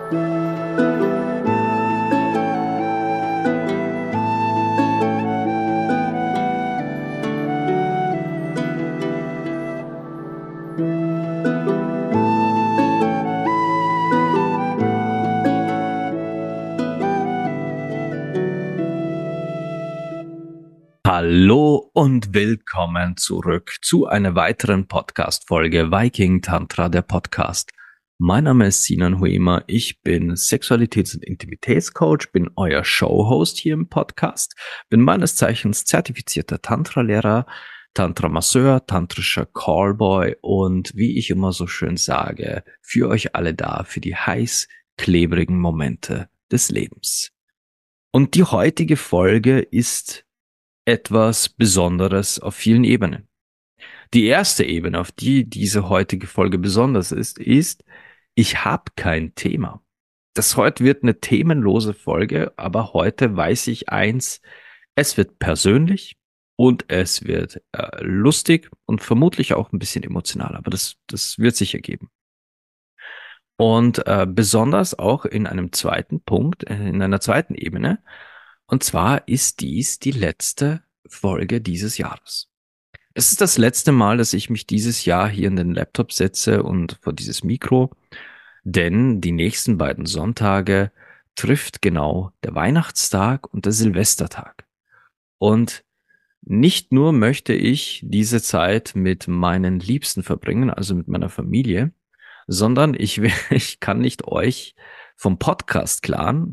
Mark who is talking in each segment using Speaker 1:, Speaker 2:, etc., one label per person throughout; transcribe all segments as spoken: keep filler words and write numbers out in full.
Speaker 1: Hallo und willkommen zurück zu einer weiteren Podcast-Folge Viking Tantra, der Podcast. Mein Name ist Sinan Huema, ich bin Sexualitäts- und Intimitätscoach, bin euer Showhost hier im Podcast, bin meines Zeichens zertifizierter Tantra-Lehrer, Tantra-Masseur, tantrischer Callboy und wie ich immer so schön sage, für euch alle da, für die heiß klebrigen Momente des Lebens. Und die heutige Folge ist etwas Besonderes auf vielen Ebenen. Die erste Ebene, auf die diese heutige Folge besonders ist, ist, ich habe kein Thema. Das heute wird eine themenlose Folge, aber heute weiß ich eins, es wird persönlich und es wird äh, lustig und vermutlich auch ein bisschen emotional, aber das, das wird sich ergeben. Und äh, besonders auch in einem zweiten Punkt, äh, in einer zweiten Ebene, und zwar ist dies die letzte Folge dieses Jahres. Es ist das letzte Mal, dass ich mich dieses Jahr hier in den Laptop setze und vor dieses Mikro, denn die nächsten beiden Sonntage trifft genau der Weihnachtstag und der Silvestertag. Und nicht nur möchte ich diese Zeit mit meinen Liebsten verbringen, also mit meiner Familie, sondern ich, ich kann nicht euch vom Podcast-Clan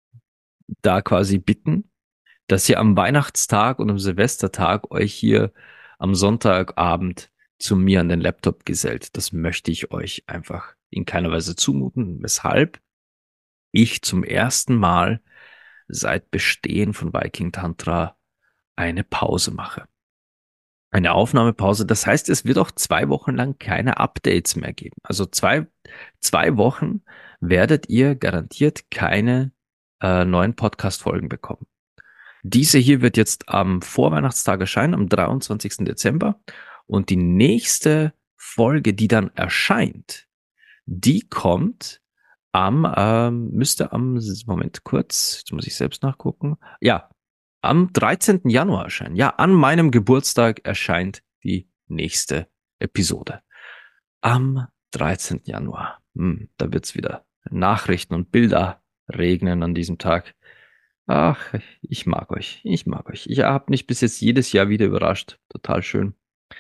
Speaker 1: da quasi bitten, dass ihr am Weihnachtstag und am Silvestertag euch hier am Sonntagabend zu mir an den Laptop gesellt. Das möchte ich euch einfach in keiner Weise zumuten, weshalb ich zum ersten Mal seit Bestehen von Viking Tantra eine Pause mache. Eine Aufnahmepause. Das heißt, es wird auch zwei Wochen lang keine Updates mehr geben. Also zwei, zwei Wochen werdet ihr garantiert keine äh, neuen Podcast-Folgen bekommen. Diese hier wird jetzt am Vorweihnachtstag erscheinen, am dreiundzwanzigsten Dezember. Und die nächste Folge, die dann erscheint, die kommt am, ähm, müsste am, Moment kurz, jetzt muss ich selbst nachgucken. Ja, am dreizehnten Januar erscheinen. Ja, an meinem Geburtstag erscheint die nächste Episode. Am dreizehnten Januar. Hm, da wird's wieder Nachrichten und Bilder regnen an diesem Tag. Ach, ich mag euch. Ich mag euch. Ich habe mich bis jetzt jedes Jahr wieder überrascht. Total schön.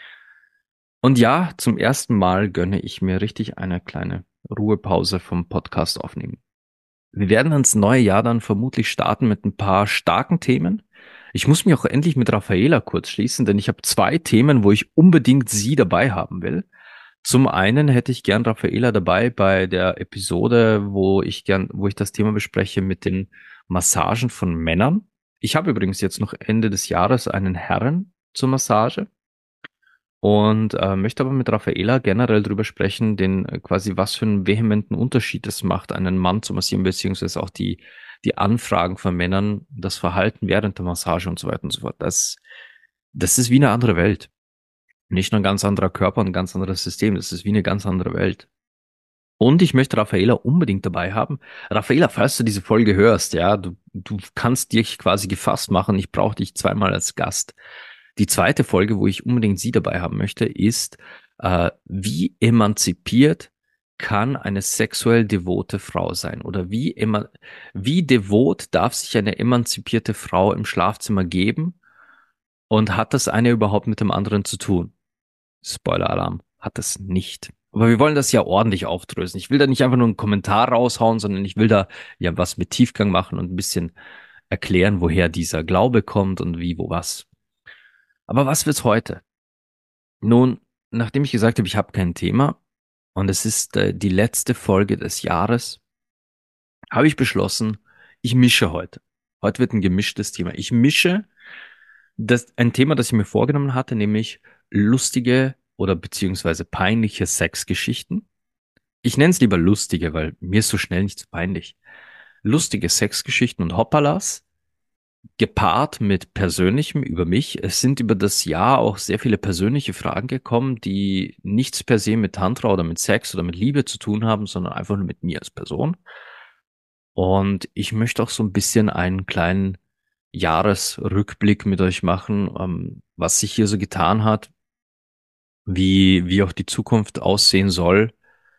Speaker 1: Und ja, zum ersten Mal gönne ich mir richtig eine kleine Ruhepause vom Podcast aufnehmen. Wir werden ins neue Jahr dann vermutlich starten mit ein paar starken Themen. Ich muss mich auch endlich mit Raffaela kurz schließen, denn ich habe zwei Themen, wo ich unbedingt sie dabei haben will. Zum einen hätte ich gern Raffaela dabei bei der Episode, wo ich gern, wo ich das Thema bespreche mit den Massagen von Männern. Ich habe übrigens jetzt noch Ende des Jahres einen Herren zur Massage und äh, möchte aber mit Raffaela generell drüber sprechen, den äh, quasi was für einen vehementen Unterschied es macht, einen Mann zu massieren, beziehungsweise auch die die Anfragen von Männern, das Verhalten während der Massage und so weiter und so fort. Das das ist wie eine andere Welt. Nicht nur ein ganz anderer Körper und ein ganz anderes System. Das ist wie eine ganz andere Welt. Und ich möchte Raffaela unbedingt dabei haben. Raffaela, falls du diese Folge hörst, ja, du, du kannst dich quasi gefasst machen. Ich brauche dich zweimal als Gast. Die zweite Folge, wo ich unbedingt sie dabei haben möchte, ist, äh, wie emanzipiert kann eine sexuell devote Frau sein? Oder wie eman wie devot darf sich eine emanzipierte Frau im Schlafzimmer geben? Und hat das eine überhaupt mit dem anderen zu tun? Spoiler-Alarm, hat es nicht. Aber wir wollen das ja ordentlich aufdröseln. Ich will da nicht einfach nur einen Kommentar raushauen, sondern ich will da ja was mit Tiefgang machen und ein bisschen erklären, woher dieser Glaube kommt und wie, wo, was. Aber was wird's heute? Nun, nachdem ich gesagt habe, ich habe kein Thema und es ist äh, die letzte Folge des Jahres, habe ich beschlossen, ich mische heute. Heute wird ein gemischtes Thema. Ich mische das, ein Thema, das ich mir vorgenommen hatte, nämlich lustige oder beziehungsweise peinliche Sexgeschichten. Ich nenne es lieber lustige, weil mir ist so schnell nicht so peinlich. Lustige Sexgeschichten und Hoppalas, gepaart mit Persönlichem über mich. Es sind über das Jahr auch sehr viele persönliche Fragen gekommen, die nichts per se mit Tantra oder mit Sex oder mit Liebe zu tun haben, sondern einfach nur mit mir als Person. Und ich möchte auch so ein bisschen einen kleinen Jahresrückblick mit euch machen, ähm, was sich hier so getan hat, wie, wie auch die Zukunft aussehen soll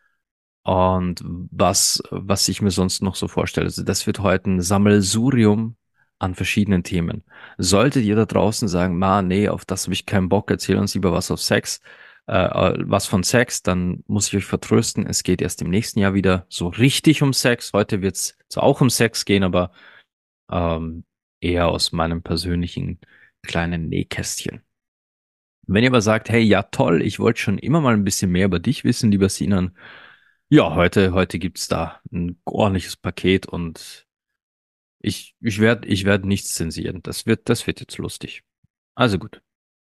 Speaker 1: und was, was ich mir sonst noch so vorstelle. Also das wird heute ein Sammelsurium an verschiedenen Themen. Solltet ihr da draußen sagen, ma, nee, auf das habe ich keinen Bock, erzähl uns lieber was auf Sex, äh, äh, was von Sex, dann muss ich euch vertrösten, es geht erst im nächsten Jahr wieder so richtig um Sex. Heute wird es zwar auch um Sex gehen, aber ähm, eher aus meinem persönlichen kleinen Nähkästchen. Wenn ihr aber sagt, hey, ja toll, ich wollte schon immer mal ein bisschen mehr über dich wissen, lieber Sinan, ja, heute, heute gibt's da ein ordentliches Paket und ich, ich werde, ich werde nichts zensieren. Das wird, das wird jetzt lustig. Also gut,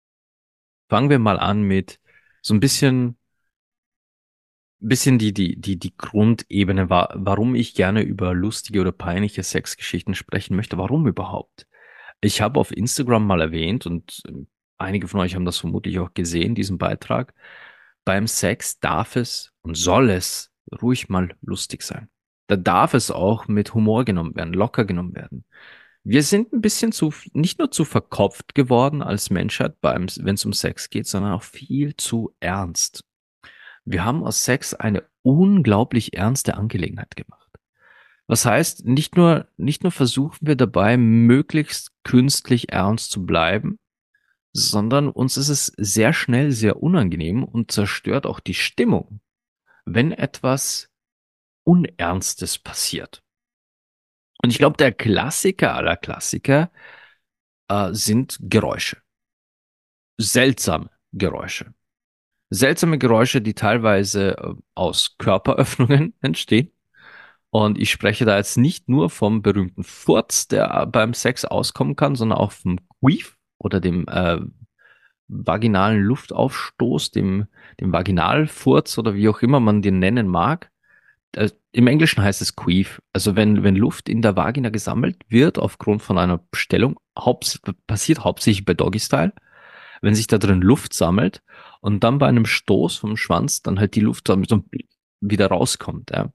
Speaker 1: fangen wir mal an mit so ein bisschen, bisschen die, die, die, die Grundebene, wa warum ich gerne über lustige oder peinliche Sexgeschichten sprechen möchte. Warum überhaupt? Ich habe auf Instagram mal erwähnt und ähm, einige von euch haben das vermutlich auch gesehen, diesen Beitrag. Beim Sex darf es und soll es ruhig mal lustig sein. Da darf es auch mit Humor genommen werden, locker genommen werden. Wir sind ein bisschen zu, nicht nur zu verkopft geworden als Menschheit, beim, wenn es um Sex geht, sondern auch viel zu ernst. Wir haben aus Sex eine unglaublich ernste Angelegenheit gemacht. Was heißt, nicht nur, nicht nur versuchen wir dabei, möglichst künstlich ernst zu bleiben, sondern uns ist es sehr schnell sehr unangenehm und zerstört auch die Stimmung, wenn etwas Unernstes passiert. Und ich glaube, der Klassiker aller Klassiker äh, sind Geräusche. Seltsame Geräusche. Seltsame Geräusche, die teilweise äh, aus Körperöffnungen entstehen. Und ich spreche da jetzt nicht nur vom berühmten Furz, der beim Sex auskommen kann, sondern auch vom Queef oder dem äh, vaginalen Luftaufstoß, dem, dem Vaginalfurz oder wie auch immer man den nennen mag. Äh, Im Englischen heißt es Queef. Also wenn, wenn Luft in der Vagina gesammelt wird aufgrund von einer Stellung, haupt, passiert hauptsächlich bei Doggy Style, wenn sich da drin Luft sammelt und dann bei einem Stoß vom Schwanz dann halt die Luft dann so wieder rauskommt. Ja.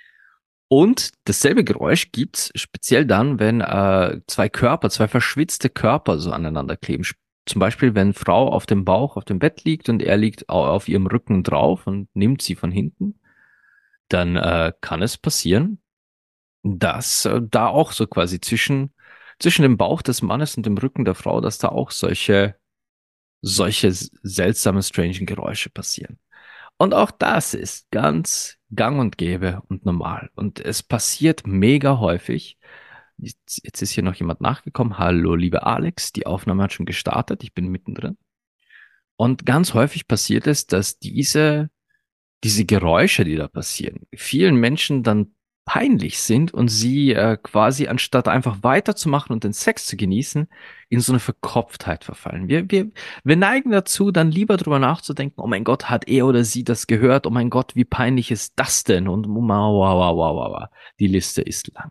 Speaker 1: Und dasselbe Geräusch gibt's speziell dann, wenn äh, zwei Körper, zwei verschwitzte Körper so aneinander kleben. Sp- Zum Beispiel, wenn Frau auf dem Bauch auf dem Bett liegt und er liegt au- auf ihrem Rücken drauf und nimmt sie von hinten, dann äh, kann es passieren, dass äh, da auch so quasi zwischen, zwischen dem Bauch des Mannes und dem Rücken der Frau, dass da auch solche, solche seltsamen, strangen Geräusche passieren. Und auch das ist ganz gang und gäbe und normal. Und es passiert mega häufig. Jetzt, jetzt ist hier noch jemand nachgekommen. Hallo, liebe Alex, die Aufnahme hat schon gestartet. Ich bin mittendrin. Und ganz häufig passiert es, dass diese diese Geräusche, die da passieren, vielen Menschen dann peinlich sind und sie äh, quasi anstatt einfach weiterzumachen und den Sex zu genießen, in so eine Verkopftheit verfallen. Wir, wir, wir neigen dazu, dann lieber drüber nachzudenken, oh mein Gott, hat er oder sie das gehört? Oh mein Gott, wie peinlich ist das denn? Und wow, wow, wow, wow, wow, wow. Die Liste ist lang.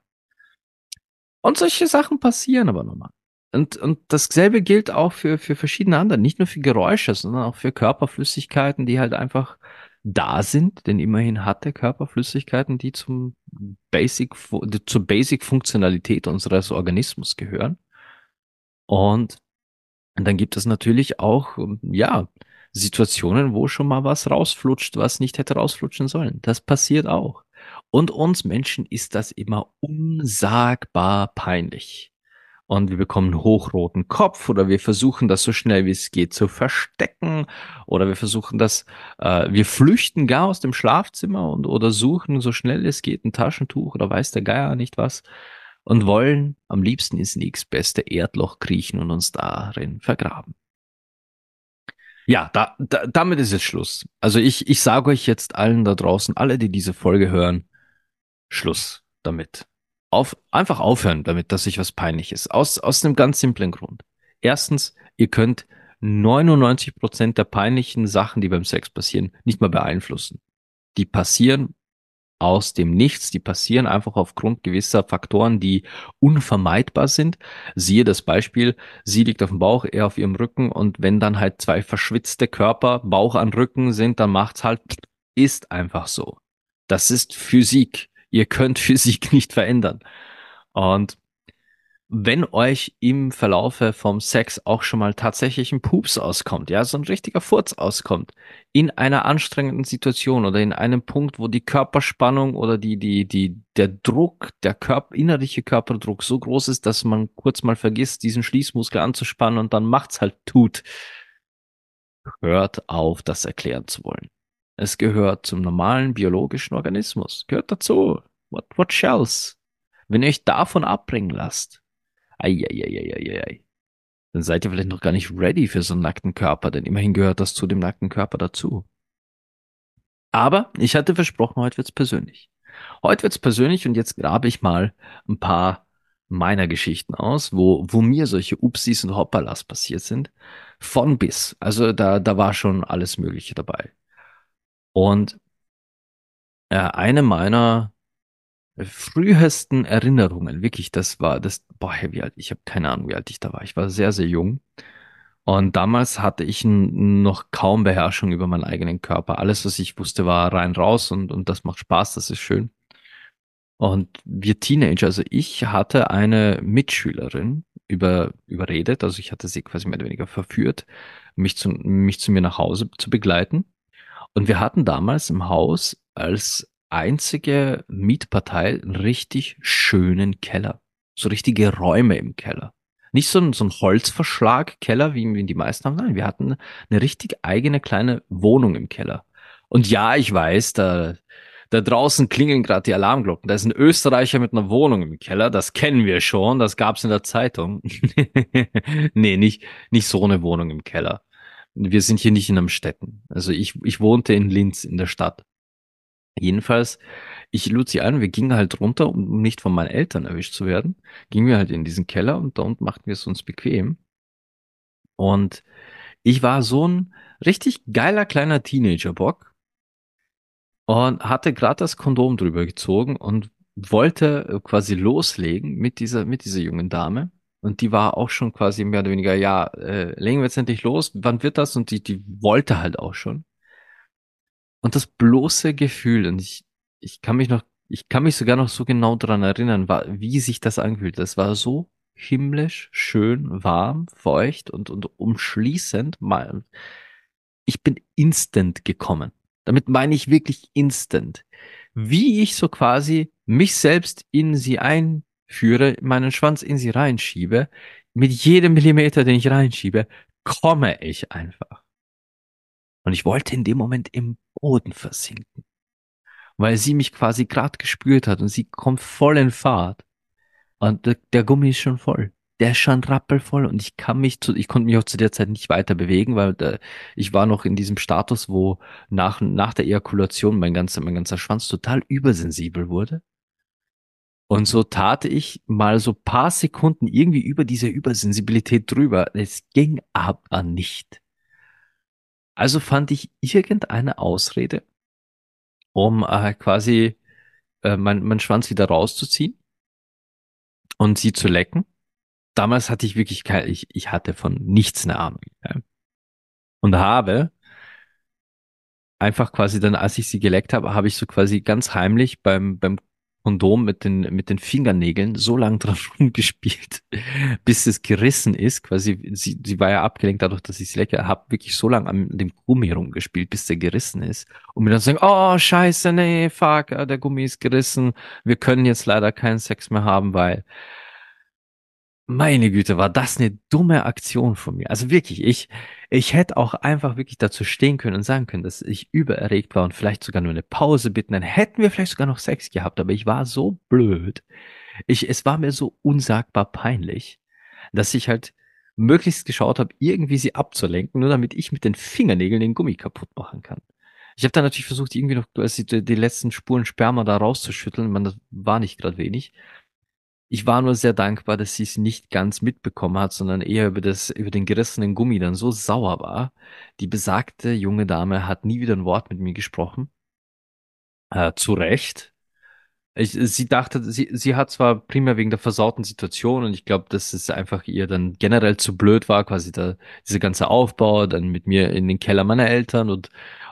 Speaker 1: Und solche Sachen passieren aber nochmal. Und, und dasselbe gilt auch für, für verschiedene andere, nicht nur für Geräusche, sondern auch für Körperflüssigkeiten, die halt einfach da sind, denn immerhin hat der Körper Flüssigkeiten, die zum Basic, die zur Basic-Funktionalität unseres Organismus gehören. Und dann gibt es natürlich auch, ja, Situationen, wo schon mal was rausflutscht, was nicht hätte rausflutschen sollen. Das passiert auch. Und uns Menschen ist das immer unsagbar peinlich. Und wir bekommen einen hochroten Kopf oder wir versuchen das so schnell wie es geht zu verstecken oder wir versuchen das, äh, wir flüchten gar aus dem Schlafzimmer und oder suchen so schnell es geht ein Taschentuch oder weiß der Geier nicht was und wollen am liebsten ins nächstbeste Erdloch kriechen und uns darin vergraben. Ja, da, da, damit ist jetzt Schluss. Also ich, ich sage euch jetzt allen da draußen, alle, die diese Folge hören, Schluss damit. Auf, einfach aufhören damit, dass sich was peinlich ist. Aus, aus einem ganz simplen Grund. Erstens, ihr könnt neunundneunzig Prozent der peinlichen Sachen, die beim Sex passieren, nicht mal beeinflussen. Die passieren aus dem Nichts, die passieren einfach aufgrund gewisser Faktoren, die unvermeidbar sind. Siehe das Beispiel, sie liegt auf dem Bauch, er auf ihrem Rücken und wenn dann halt zwei verschwitzte Körper Bauch an Rücken sind, dann macht's halt, ist einfach so. Das ist Physik. Ihr könnt Physik nicht verändern. Und wenn euch im Verlaufe vom Sex auch schon mal tatsächlich ein Pups auskommt, ja, so ein richtiger Furz auskommt, in einer anstrengenden Situation oder in einem Punkt, wo die Körperspannung oder die, die, die, der Druck, der Körper, innerliche Körperdruck so groß ist, dass man kurz mal vergisst, diesen Schließmuskel anzuspannen und dann macht's halt tut, hört auf, das erklären zu wollen. Es gehört zum normalen biologischen Organismus, gehört dazu. What, what else? Wenn ihr euch davon abbringen lasst, Eieieiei. Dann seid ihr vielleicht noch gar nicht ready für so einen nackten Körper, denn immerhin gehört das zu dem nackten Körper dazu. Aber ich hatte versprochen, heute wird's persönlich. Heute wird's persönlich und jetzt grabe ich mal ein paar meiner Geschichten aus, wo, wo mir solche Upsis und Hoppalas passiert sind. Von bis. Also da, da war schon alles Mögliche dabei. Und äh, eine meiner frühesten Erinnerungen, wirklich, das war das, boah, wie alt, ich habe keine Ahnung, wie alt ich da war. Ich war sehr, sehr jung. Und damals hatte ich n- noch kaum Beherrschung über meinen eigenen Körper. Alles, was ich wusste, war rein raus und, und das macht Spaß, das ist schön. Und wir Teenager, also ich hatte eine Mitschülerin über, überredet, also ich hatte sie quasi mehr oder weniger verführt, mich zu, mich zu mir nach Hause zu begleiten. Und wir hatten damals im Haus als einzige Mietpartei einen richtig schönen Keller. So richtige Räume im Keller. Nicht so ein, so ein Holzverschlag-Keller, wie, wie die meisten haben. Nein, wir hatten eine richtig eigene kleine Wohnung im Keller. Und ja, ich weiß, da, da draußen klingeln gerade die Alarmglocken. Da ist ein Österreicher mit einer Wohnung im Keller. Das kennen wir schon. Das gab's in der Zeitung. Nee, nicht, nicht so eine Wohnung im Keller. Wir sind hier nicht in einem Städten. Also ich, ich wohnte in Linz in der Stadt. Jedenfalls, ich lud sie ein, wir gingen halt runter, um nicht von meinen Eltern erwischt zu werden, gingen wir halt in diesen Keller und da unten machten wir es uns bequem. Und ich war so ein richtig geiler kleiner Teenager-Bock und hatte gerade das Kondom drüber gezogen und wollte äh, quasi loslegen mit dieser, mit dieser jungen Dame. Und die war auch schon quasi mehr oder weniger, ja, äh, legen wir jetzt endlich los, wann wird das? Und die, die wollte halt auch schon. Und das bloße Gefühl, und ich, ich kann mich noch, ich kann mich sogar noch so genau daran erinnern, war, wie sich das angefühlt. Das war so himmlisch, schön, warm, feucht und, und umschließend. Mal, ich bin instant gekommen. Damit meine ich wirklich instant. Wie ich so quasi mich selbst in sie einführe, meinen Schwanz in sie reinschiebe, mit jedem Millimeter, den ich reinschiebe, komme ich einfach. Und ich wollte in dem Moment im Boden versinken, weil sie mich quasi gerade gespürt hat und sie kommt voll in Fahrt und der, der Gummi ist schon voll. Der ist schon rappelvoll und ich kann mich zu, ich konnte mich auch zu der Zeit nicht weiter bewegen, weil da, ich war noch in diesem Status, wo nach, nach der Ejakulation mein ganzer, mein ganzer Schwanz total übersensibel wurde. Und so tat ich mal so paar Sekunden irgendwie über diese Übersensibilität drüber. Es ging aber nicht. Also fand ich irgendeine Ausrede, um äh, quasi äh, mein, mein Schwanz wieder rauszuziehen und sie zu lecken. Damals hatte ich wirklich kein, ich, ich hatte von nichts eine Ahnung. Ja. Und habe einfach quasi dann, als ich sie geleckt habe, habe ich so quasi ganz heimlich beim, beim Kondom mit den, mit den Fingernägeln so lang dran rumgespielt, bis es gerissen ist. Quasi, sie, sie war ja abgelenkt dadurch, dass ich sie lecke, habe wirklich so lange an dem Gummi rumgespielt, bis der gerissen ist. Und mir dann zu sagen, oh, scheiße, nee, fuck, äh, der Gummi ist gerissen. Wir können jetzt leider keinen Sex mehr haben, weil meine Güte, war das eine dumme Aktion von mir. Also wirklich, ich, ich hätte auch einfach wirklich dazu stehen können und sagen können, dass ich übererregt war und vielleicht sogar nur eine Pause bitten. Dann hätten wir vielleicht sogar noch Sex gehabt. Aber ich war so blöd. Ich, es war mir so unsagbar peinlich, dass ich halt möglichst geschaut habe, irgendwie sie abzulenken, nur damit ich mit den Fingernägeln den Gummi kaputt machen kann. Ich habe dann natürlich versucht, irgendwie noch also die, die letzten Spuren Sperma da rauszuschütteln. Man, das war nicht gerade wenig. Ich war nur sehr dankbar, dass sie es nicht ganz mitbekommen hat, sondern eher über das, über den gerissenen Gummi dann so sauer war. Die besagte junge Dame hat nie wieder ein Wort mit mir gesprochen. Äh, zu Recht. Ich, sie dachte, sie, sie hat zwar primär wegen der versauten Situation und ich glaube, dass es einfach ihr dann generell zu blöd war, quasi der, dieser ganze Aufbau, dann mit mir in den Keller meiner Eltern und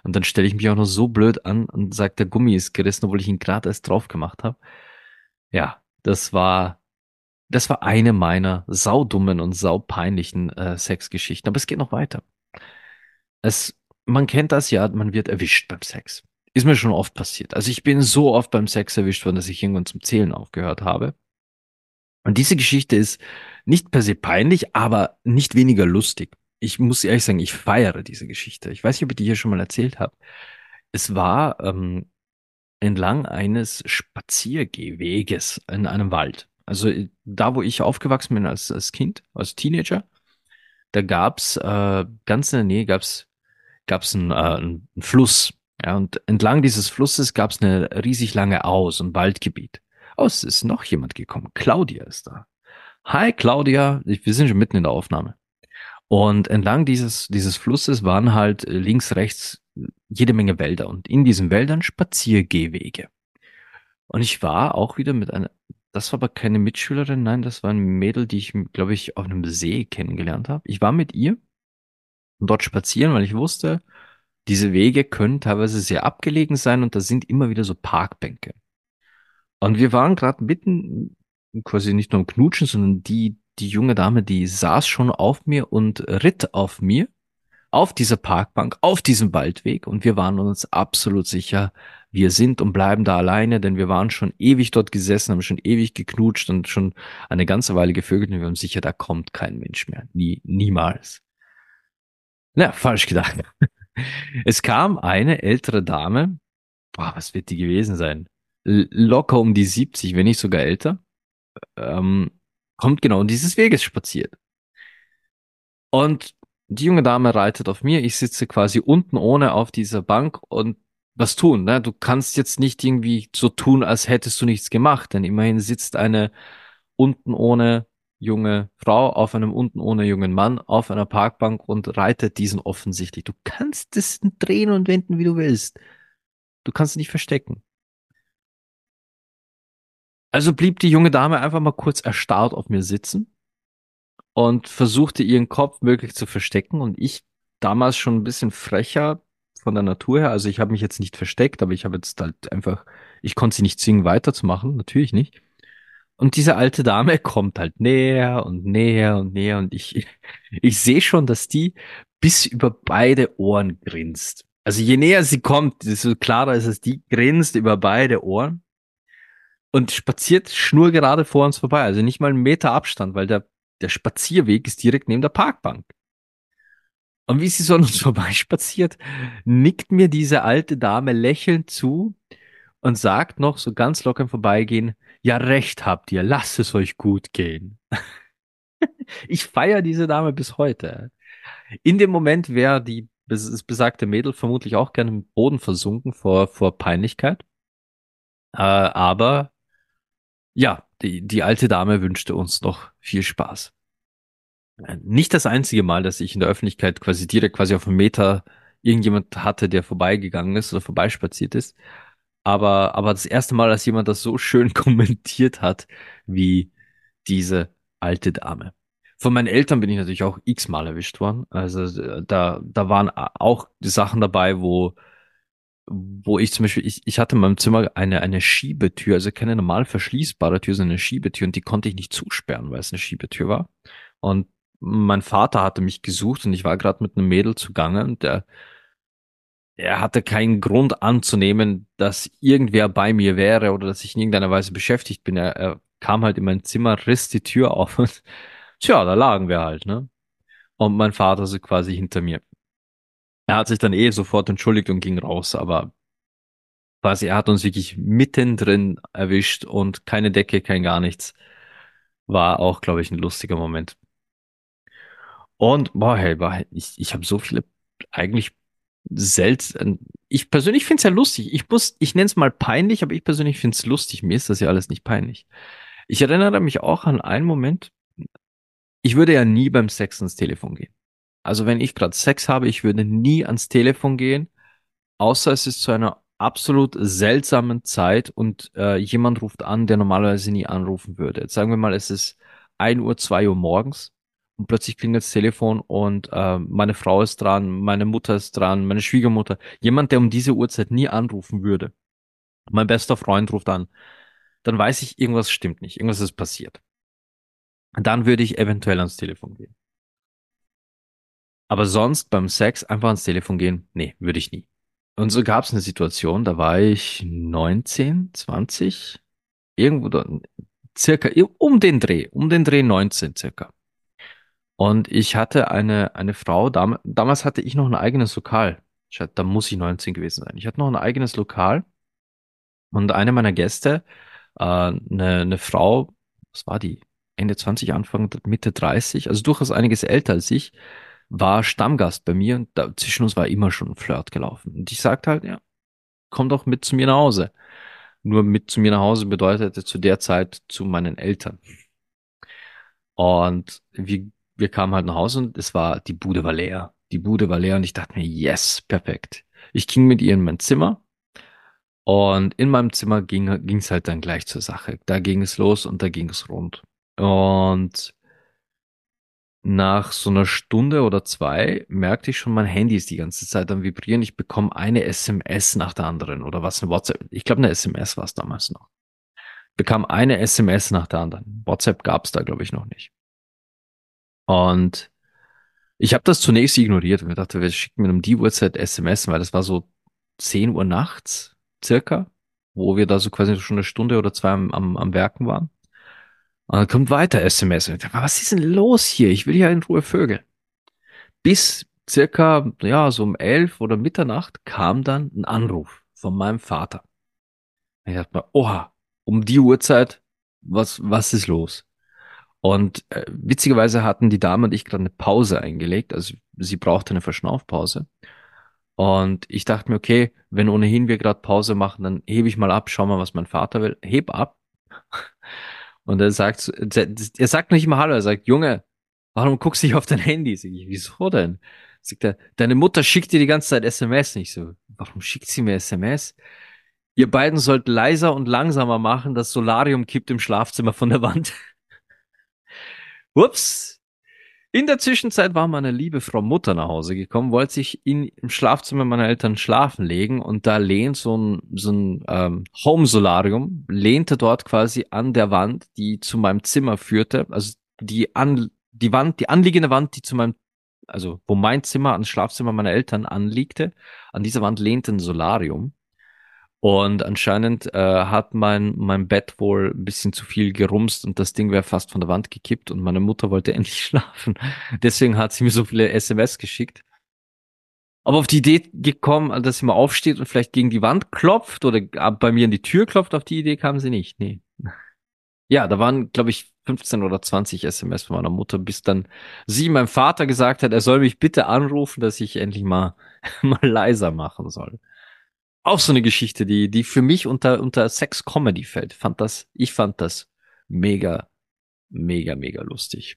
Speaker 1: Und dann stelle ich mich auch noch so blöd an und sage, der Gummi ist gerissen, obwohl ich ihn gerade erst drauf gemacht habe. Ja, das war, das war eine meiner saudummen und saupeinlichen äh, Sexgeschichten. Aber es geht noch weiter. Es, man kennt das ja, man wird erwischt beim Sex. Ist mir schon oft passiert. Also ich bin so oft beim Sex erwischt worden, dass ich irgendwann zum Zählen aufgehört habe. Und diese Geschichte ist nicht per se peinlich, aber nicht weniger lustig. Ich muss ehrlich sagen, ich feiere diese Geschichte. Ich weiß nicht, ob ich die hier schon mal erzählt habe. Es war ähm, entlang eines Spaziergehweges in einem Wald. Also äh, da, wo ich aufgewachsen bin als, als Kind, als Teenager, da gab's äh, ganz in der Nähe gab's gab's einen, äh, einen Fluss. Ja, und entlang dieses Flusses gab's eine riesig lange Au, so ein Waldgebiet. Oh, es ist noch jemand gekommen. Claudia ist da. Hi Claudia, ich, wir sind schon mitten in der Aufnahme. Und entlang dieses, dieses Flusses waren halt äh, links, rechts äh, jede Menge Wälder und in diesen Wäldern Spaziergehwege. Und ich war auch wieder mit einer, das war aber keine Mitschülerin, nein, das war ein Mädel, die ich, glaube ich, auf einem See kennengelernt habe. Ich war mit ihr dort spazieren, weil ich wusste, diese Wege können teilweise sehr abgelegen sein und da sind immer wieder so Parkbänke. Und wir waren gerade mitten, quasi nicht nur am Knutschen, sondern die, die junge Dame, die saß schon auf mir und ritt auf mir, auf dieser Parkbank, auf diesem Waldweg. Und wir waren uns absolut sicher, wir sind und bleiben da alleine, denn wir waren schon ewig dort gesessen, haben schon ewig geknutscht und schon eine ganze Weile gevögelt und wir waren sicher, da kommt kein Mensch mehr. Nie, niemals. Na, falsch gedacht. Es kam eine ältere Dame, boah, was wird die gewesen sein? L locker um die siebzig, wenn nicht sogar älter, ähm, kommt genau in dieses Weges spaziert. Und die junge Dame reitet auf mir, ich sitze quasi unten ohne auf dieser Bank und was tun, ne? Du kannst jetzt nicht irgendwie so tun, als hättest du nichts gemacht, denn immerhin sitzt eine unten ohne junge Frau auf einem unten ohne jungen Mann auf einer Parkbank und reitet diesen offensichtlich. Du kannst es drehen und wenden, wie du willst. Du kannst es nicht verstecken. Also blieb die junge Dame einfach mal kurz erstarrt auf mir sitzen und versuchte ihren Kopf möglich zu verstecken. Und ich damals schon ein bisschen frecher von der Natur her. Also ich habe mich jetzt nicht versteckt, aber ich habe jetzt halt einfach, ich konnte sie nicht zwingen, weiterzumachen, natürlich nicht. Und diese alte Dame kommt halt näher und näher und näher und ich, ich sehe schon, dass die bis über beide Ohren grinst. Also je näher sie kommt, desto klarer ist es, die grinst über beide Ohren und spaziert schnurgerade vor uns vorbei. Also nicht mal einen Meter Abstand, weil der, der Spazierweg ist direkt neben der Parkbank. Und wie sie so an uns vorbeispaziert, nickt mir diese alte Dame lächelnd zu und sagt noch so ganz locker im Vorbeigehen, ja, recht habt ihr, lasst es euch gut gehen. Ich feiere diese Dame bis heute. In dem Moment wäre die das besagte Mädel vermutlich auch gerne im Boden versunken vor, vor Peinlichkeit. Äh, aber ja, die, die alte Dame wünschte uns noch viel Spaß. Äh, Nicht das einzige Mal, dass ich in der Öffentlichkeit quasi direkt quasi auf einen Meter irgendjemand hatte, der vorbeigegangen ist oder vorbeispaziert ist. Aber, aber das erste Mal, dass jemand das so schön kommentiert hat, wie diese alte Dame. Von meinen Eltern bin ich natürlich auch x-mal erwischt worden. Also äh, da, da waren auch die Sachen dabei, wo, wo ich zum Beispiel, ich, ich hatte in meinem Zimmer eine, eine Schiebetür, also keine normal verschließbare Tür, sondern eine Schiebetür und die konnte ich nicht zusperren, weil es eine Schiebetür war. Und mein Vater hatte mich gesucht und ich war gerade mit einem Mädel zugange und der er hatte keinen Grund anzunehmen, dass irgendwer bei mir wäre oder dass ich in irgendeiner Weise beschäftigt bin. Er, er kam halt in mein Zimmer, riss die Tür auf und tja, da lagen wir halt, ne? Und mein Vater so quasi hinter mir. Er hat sich dann eh sofort entschuldigt und ging raus, aber quasi er hat uns wirklich mittendrin erwischt und keine Decke, kein gar nichts. War auch, glaube ich, ein lustiger Moment. Und boah, hey, boah, ich, ich habe so viele eigentlich selten. Ich persönlich finde es ja lustig. Ich muss, ich nenne es mal peinlich, aber ich persönlich finde es lustig. Mir ist das ja alles nicht peinlich. Ich erinnere mich auch an einen Moment. Ich würde ja nie beim Sex ans Telefon gehen. Also wenn ich gerade Sex habe, ich würde nie ans Telefon gehen, außer es ist zu einer absolut seltsamen Zeit und äh, jemand ruft an, der normalerweise nie anrufen würde. Jetzt sagen wir mal, es ist ein Uhr, zwei Uhr morgens und plötzlich klingelt das Telefon und äh, meine Frau ist dran, meine Mutter ist dran, meine Schwiegermutter, jemand, der um diese Uhrzeit nie anrufen würde. Mein bester Freund ruft an. Dann weiß ich, irgendwas stimmt nicht, irgendwas ist passiert. Dann würde ich eventuell ans Telefon gehen. Aber sonst beim Sex einfach ans Telefon gehen, nee, würde ich nie. Und so gab es eine Situation, da war ich neunzehn, zwanzig, irgendwo da, circa um den Dreh, um den Dreh neunzehn circa. Und ich hatte eine, eine Frau, dam damals hatte ich noch ein eigenes Lokal. Ich hatte, da muss ich neunzehn gewesen sein. Ich hatte noch ein eigenes Lokal und eine meiner Gäste, äh, eine, eine Frau, was war die? Ende zwanzig, Anfang, Mitte dreißig, also durchaus einiges älter als ich, war Stammgast bei mir und da, zwischen uns war immer schon ein Flirt gelaufen. Und ich sagte halt, ja, komm doch mit zu mir nach Hause. Nur mit zu mir nach Hause bedeutete zu der Zeit zu meinen Eltern. Und wir, wir kamen halt nach Hause und es war, die Bude war leer. Die Bude war leer und ich dachte mir, yes, perfekt. Ich ging mit ihr in mein Zimmer und in meinem Zimmer ging, ging es halt dann gleich zur Sache. Da ging es los und da ging es rund. Und nach so einer Stunde oder zwei merkte ich schon, mein Handy ist die ganze Zeit am Vibrieren. Ich bekomme eine S M S nach der anderen oder was, eine WhatsApp. Ich glaube, eine S M S war es damals noch. Bekam eine S M S nach der anderen. WhatsApp gab es da, glaube ich, noch nicht. Und ich habe das zunächst ignoriert und mir dachte, wir schicken mir um die Uhrzeit S M S, weil das war so zehn Uhr nachts circa, wo wir da so quasi schon eine Stunde oder zwei am, am, am Werken waren. Und dann kommt weiter S M S. Und ich dachte, was ist denn los hier? Ich will ja in Ruhe vögeln. Bis circa, ja, so um elf oder Mitternacht kam dann ein Anruf von meinem Vater. Ich dachte mir, oha, um die Uhrzeit, was, was ist los? Und äh, witzigerweise hatten die Dame und ich gerade eine Pause eingelegt, also sie brauchte eine Verschnaufpause. Und ich dachte mir, okay, wenn ohnehin wir gerade Pause machen, dann hebe ich mal ab, schau mal, was mein Vater will. Heb ab. Und er sagt, so- er sagt nicht immer Hallo, er sagt, Junge, warum guckst du nicht auf dein Handy? Sag ich, wieso denn? Sagt er, deine Mutter schickt dir die ganze Zeit S M S. Nicht so, warum schickt sie mir S M S? Ihr beiden sollt leiser und langsamer machen, das Solarium kippt im Schlafzimmer von der Wand. Ups. In der Zwischenzeit war meine liebe Frau Mutter nach Hause gekommen, wollte sich in, im Schlafzimmer meiner Eltern schlafen legen und da lehnt so ein, so ein ähm, Home-Solarium, lehnte dort quasi an der Wand, die zu meinem Zimmer führte, also die an, die Wand, die anliegende Wand, die zu meinem, also wo mein Zimmer ans Schlafzimmer meiner Eltern anliegte, an dieser Wand lehnte ein Solarium. Und anscheinend äh, hat mein, mein Bett wohl ein bisschen zu viel gerumst und das Ding wäre fast von der Wand gekippt und meine Mutter wollte endlich schlafen. Deswegen hat sie mir so viele S M S geschickt. Aber auf die Idee gekommen, dass sie mal aufsteht und vielleicht gegen die Wand klopft oder bei mir an die Tür klopft, auf die Idee kam sie nicht. Nee. Ja, da waren, glaube ich, fünfzehn oder zwanzig S M S von meiner Mutter, bis dann sie meinem Vater gesagt hat, er soll mich bitte anrufen, dass ich endlich mal, mal leiser machen soll. Auch so eine Geschichte, die, die für mich unter, unter Sex-Comedy fällt. Fand das, ich fand das mega, mega, mega lustig.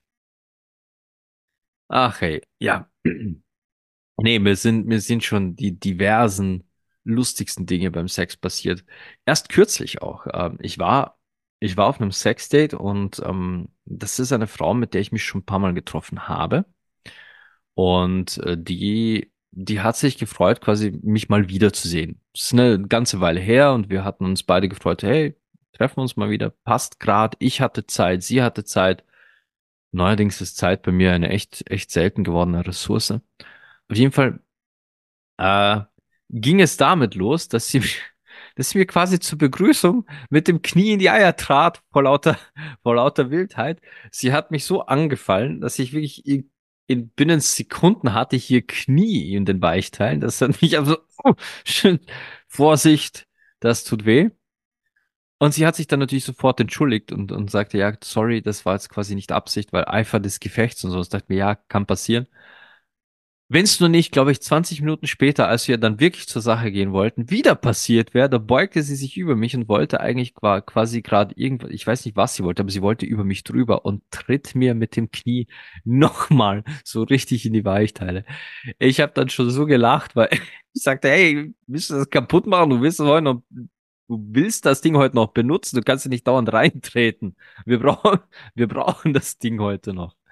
Speaker 1: Ach hey, ja. Nee, mir sind, mir sind schon die diversen lustigsten Dinge beim Sex passiert. Erst kürzlich auch. Ähm, ich war, ich war auf einem Sexdate und ähm, das ist eine Frau, mit der ich mich schon ein paar Mal getroffen habe. Und äh, die, die hat sich gefreut, quasi mich mal wiederzusehen. Das ist eine ganze Weile her und wir hatten uns beide gefreut, hey, treffen wir uns mal wieder. Passt grad. Ich hatte Zeit, sie hatte Zeit. Neuerdings ist Zeit bei mir eine echt, echt selten gewordene Ressource. Auf jeden Fall äh, ging es damit los, dass sie, dass sie mir quasi zur Begrüßung mit dem Knie in die Eier trat, vor lauter, vor lauter Wildheit. Sie hat mich so angefallen, dass ich wirklich in, in binnen Sekunden hatte ich hier Knie in den Weichteilen. Das hat mich also, oh, schön, Vorsicht, das tut weh. Und sie hat sich dann natürlich sofort entschuldigt und, und sagte, ja, sorry, das war jetzt quasi nicht Absicht, weil Eifer des Gefechts und so. Ich dachte mir, ja, kann passieren. Wenn es nur nicht, glaube ich, zwanzig Minuten später, als wir dann wirklich zur Sache gehen wollten, wieder passiert wäre, da beugte sie sich über mich und wollte eigentlich qua- quasi gerade irgendwas, ich weiß nicht, was sie wollte, aber sie wollte über mich drüber und tritt mir mit dem Knie nochmal so richtig in die Weichteile. Ich habe dann schon so gelacht, weil ich sagte, hey, willst du das kaputt machen? Du willst das heute noch, du willst das Ding heute noch benutzen, du kannst ja nicht dauernd reintreten. Wir brauchen, wir brauchen das Ding heute noch.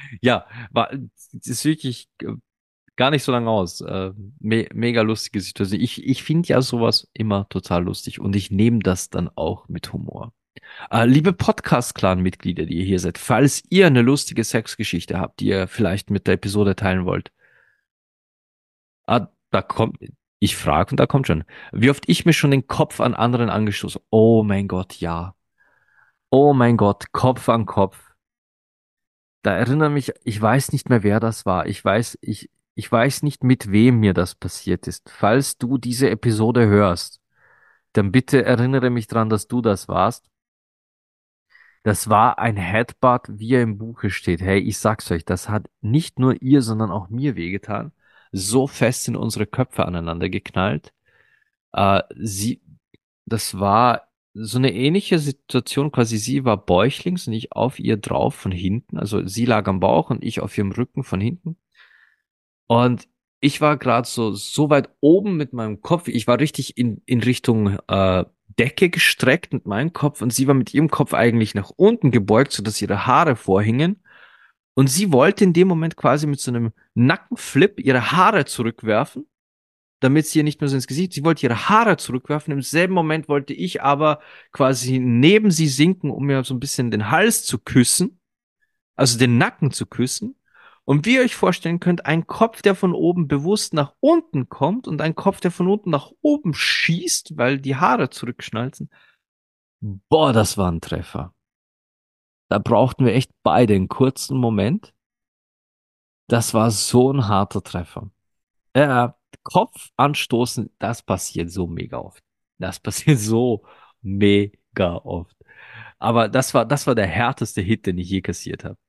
Speaker 1: Ja, war, das ist wirklich äh, gar nicht so lange aus. Äh, me mega lustige Situation. Ich, ich finde ja sowas immer total lustig und ich nehme das dann auch mit Humor. Äh, liebe Podcast-Clan-Mitglieder, die ihr hier seid, falls ihr eine lustige Sexgeschichte habt, die ihr vielleicht mit der Episode teilen wollt, ah, da kommt, ich frage und da kommt schon. Wie oft ich mir schon den Kopf an anderen angestoßen. Oh mein Gott, ja. Oh mein Gott, Kopf an Kopf. Da erinnere mich, ich weiß nicht mehr, wer das war. Ich weiß, ich, ich weiß nicht, mit wem mir das passiert ist. Falls du diese Episode hörst, dann bitte erinnere mich dran, dass du das warst. Das war ein Headbutt, wie er im Buche steht. Hey, ich sag's euch, das hat nicht nur ihr, sondern auch mir wehgetan. So fest sind unsere Köpfe aneinander geknallt. Äh, sie, das war so eine ähnliche Situation, quasi sie war bäuchlings und ich auf ihr drauf von hinten. Also sie lag am Bauch und ich auf ihrem Rücken von hinten. Und ich war gerade so, so weit oben mit meinem Kopf. Ich war richtig in, in Richtung äh, Decke gestreckt mit meinem Kopf und sie war mit ihrem Kopf eigentlich nach unten gebeugt, sodass ihre Haare vorhingen. Und sie wollte in dem Moment quasi mit so einem Nackenflip ihre Haare zurückwerfen, damit sie ihr nicht mehr so ins Gesicht. Sie wollte ihre Haare zurückwerfen. Im selben Moment wollte ich aber quasi neben sie sinken, um mir so ein bisschen den Hals zu küssen, also den Nacken zu küssen. Und wie ihr euch vorstellen könnt, ein Kopf, der von oben bewusst nach unten kommt und ein Kopf, der von unten nach oben schießt, weil die Haare zurückschnalzen. Boah, das war ein Treffer. Da brauchten wir echt beide einen kurzen Moment. Das war so ein harter Treffer. Äh, Kopf anstoßen, das passiert so mega oft. Das passiert so mega oft. Aber das war, das war der härteste Hit, den ich je kassiert habe.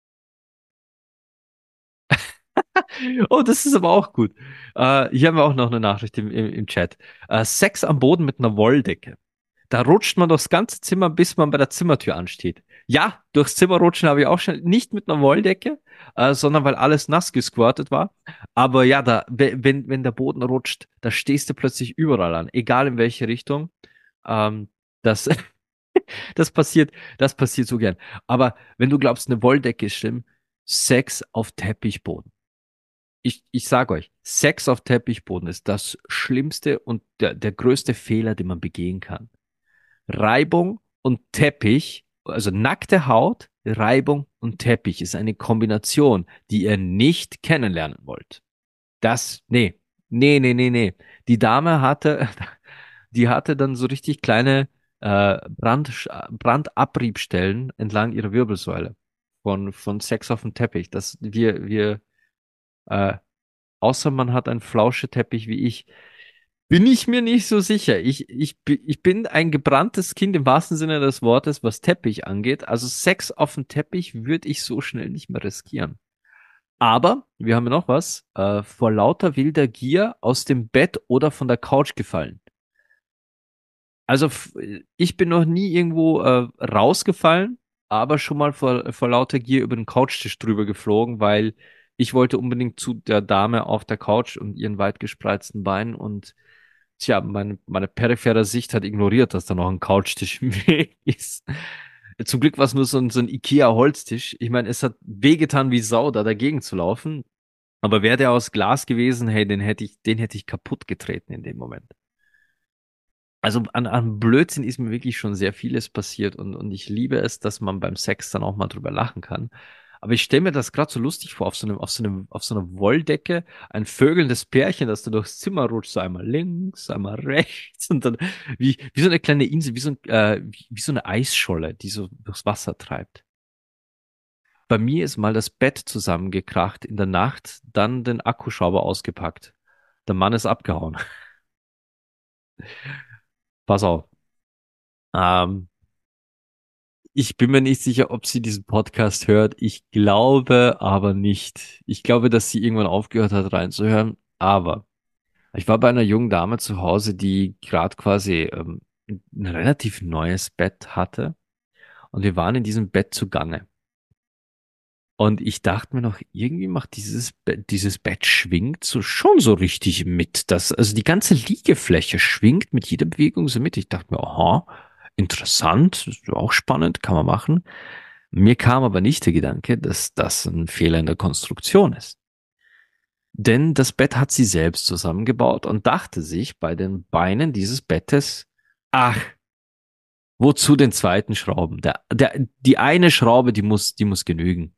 Speaker 1: Oh, das ist aber auch gut. Äh, hier haben wir auch noch eine Nachricht im, im, im Chat. Äh, Sex am Boden mit einer Wolldecke. Da rutscht man durchs ganze Zimmer, bis man bei der Zimmertür ansteht. Ja, durchs Zimmer rutschen habe ich auch schon, nicht mit einer Wolldecke, äh, sondern weil alles nass gesquirtet war. Aber ja, da, we- wenn, wenn der Boden rutscht, da stehst du plötzlich überall an, egal in welche Richtung. Ähm, das, das passiert, das passiert so gern. Aber wenn du glaubst, eine Wolldecke ist schlimm, Sex auf Teppichboden. Ich, ich sage euch, Sex auf Teppichboden ist das Schlimmste und der, der größte Fehler, den man begehen kann. Reibung und Teppich, also nackte Haut, Reibung und Teppich ist eine Kombination, die ihr nicht kennenlernen wollt. Das, nee, nee, nee, nee, nee. Die Dame hatte, die hatte dann so richtig kleine äh, Brand, Brandabriebstellen entlang ihrer Wirbelsäule von, von Sex auf dem Teppich. Das, wir, wir, äh, außer man hat einen Flauscheteppich wie ich, bin ich mir nicht so sicher. Ich, ich, bi- ich bin ein gebranntes Kind im wahrsten Sinne des Wortes, was Teppich angeht. Also Sex auf dem Teppich würde ich so schnell nicht mehr riskieren. Aber wir haben ja noch was. Äh, vor lauter wilder Gier aus dem Bett oder von der Couch gefallen. Also f- ich bin noch nie irgendwo äh, rausgefallen, aber schon mal vor, vor lauter Gier über den Couchtisch drüber geflogen, weil ich wollte unbedingt zu der Dame auf der Couch und ihren weit gespreizten Beinen und tja, meine, meine periphere Sicht hat ignoriert, dass da noch ein Couchtisch im Weg ist. Zum Glück war es nur so ein, so ein IKEA-Holztisch. Ich meine, es hat wehgetan wie Sau, da dagegen zu laufen. Aber wäre der aus Glas gewesen, hey, den hätte ich, den hätte ich kaputt getreten in dem Moment. Also an, an Blödsinn ist mir wirklich schon sehr vieles passiert und, und ich liebe es, dass man beim Sex dann auch mal drüber lachen kann. Aber ich stelle mir das gerade so lustig vor, auf so einem, auf so einem, auf so einer Wolldecke, ein vögelndes Pärchen, das da durchs Zimmer rutscht, so einmal links, einmal rechts und dann wie, wie so eine kleine Insel, wie so, ein, äh, wie, wie so eine Eisscholle, die so durchs Wasser treibt. Bei mir ist mal das Bett zusammengekracht in der Nacht, dann den Akkuschrauber ausgepackt. Der Mann ist abgehauen. Pass auf. Ähm, Ich bin mir nicht sicher, ob sie diesen Podcast hört. Ich glaube aber nicht. Ich glaube, dass sie irgendwann aufgehört hat reinzuhören. Aber ich war bei einer jungen Dame zu Hause, die gerade quasi ähm, ein relativ neues Bett hatte. Und wir waren in diesem Bett zugange. Und ich dachte mir noch, irgendwie macht dieses Bett, dieses Bett schwingt so schon so richtig mit. Das, also die ganze Liegefläche schwingt mit jeder Bewegung so mit. Ich dachte mir, aha, interessant, ist auch spannend, kann man machen. Mir kam aber nicht der Gedanke, dass das ein Fehler in der Konstruktion ist. Denn das Bett hat sie selbst zusammengebaut und dachte sich bei den Beinen dieses Bettes, ach, wozu den zweiten Schrauben? Der, der, die eine Schraube, die muss, die muss genügen.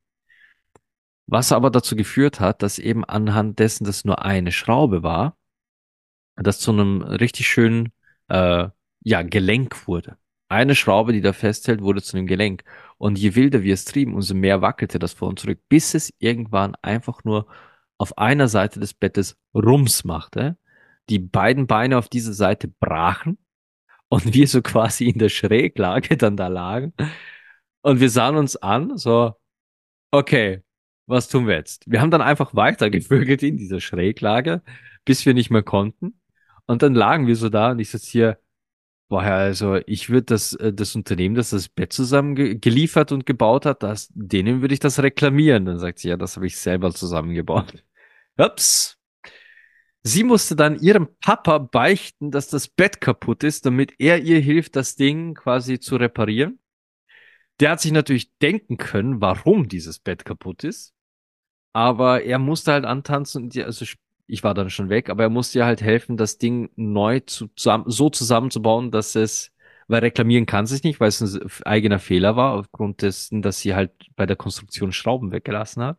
Speaker 1: Was aber dazu geführt hat, dass eben anhand dessen, dass nur eine Schraube war, das zu einem richtig schönen, äh, ja, Gelenk wurde. Eine Schraube, die da festhält, wurde zu einem Gelenk. Und je wilder wir es trieben, umso mehr wackelte das vor und zurück, bis es irgendwann einfach nur auf einer Seite des Bettes Rums machte. Die beiden Beine auf dieser Seite brachen und wir so quasi in der Schräglage dann da lagen. Und wir sahen uns an, so, okay, was tun wir jetzt? Wir haben dann einfach weitergevögelt in dieser Schräglage, bis wir nicht mehr konnten. Und dann lagen wir so da und ich sitze hier, boah, ja, also ich würde das, äh, das Unternehmen, das das Bett zusammen ge geliefert und gebaut hat, das, denen würde ich das reklamieren. Dann sagt sie, ja, das habe ich selber zusammengebaut. Ups. Sie musste dann ihrem Papa beichten, dass das Bett kaputt ist, damit er ihr hilft, das Ding quasi zu reparieren. Der hat sich natürlich denken können, warum dieses Bett kaputt ist. Aber er musste halt antanzen und die, also ich war dann schon weg, aber er musste ihr halt helfen, das Ding neu zu, zusammen, so zusammenzubauen, dass es, weil reklamieren kann sie sich nicht, weil es ein eigener Fehler war, aufgrund dessen, dass sie halt bei der Konstruktion Schrauben weggelassen hat.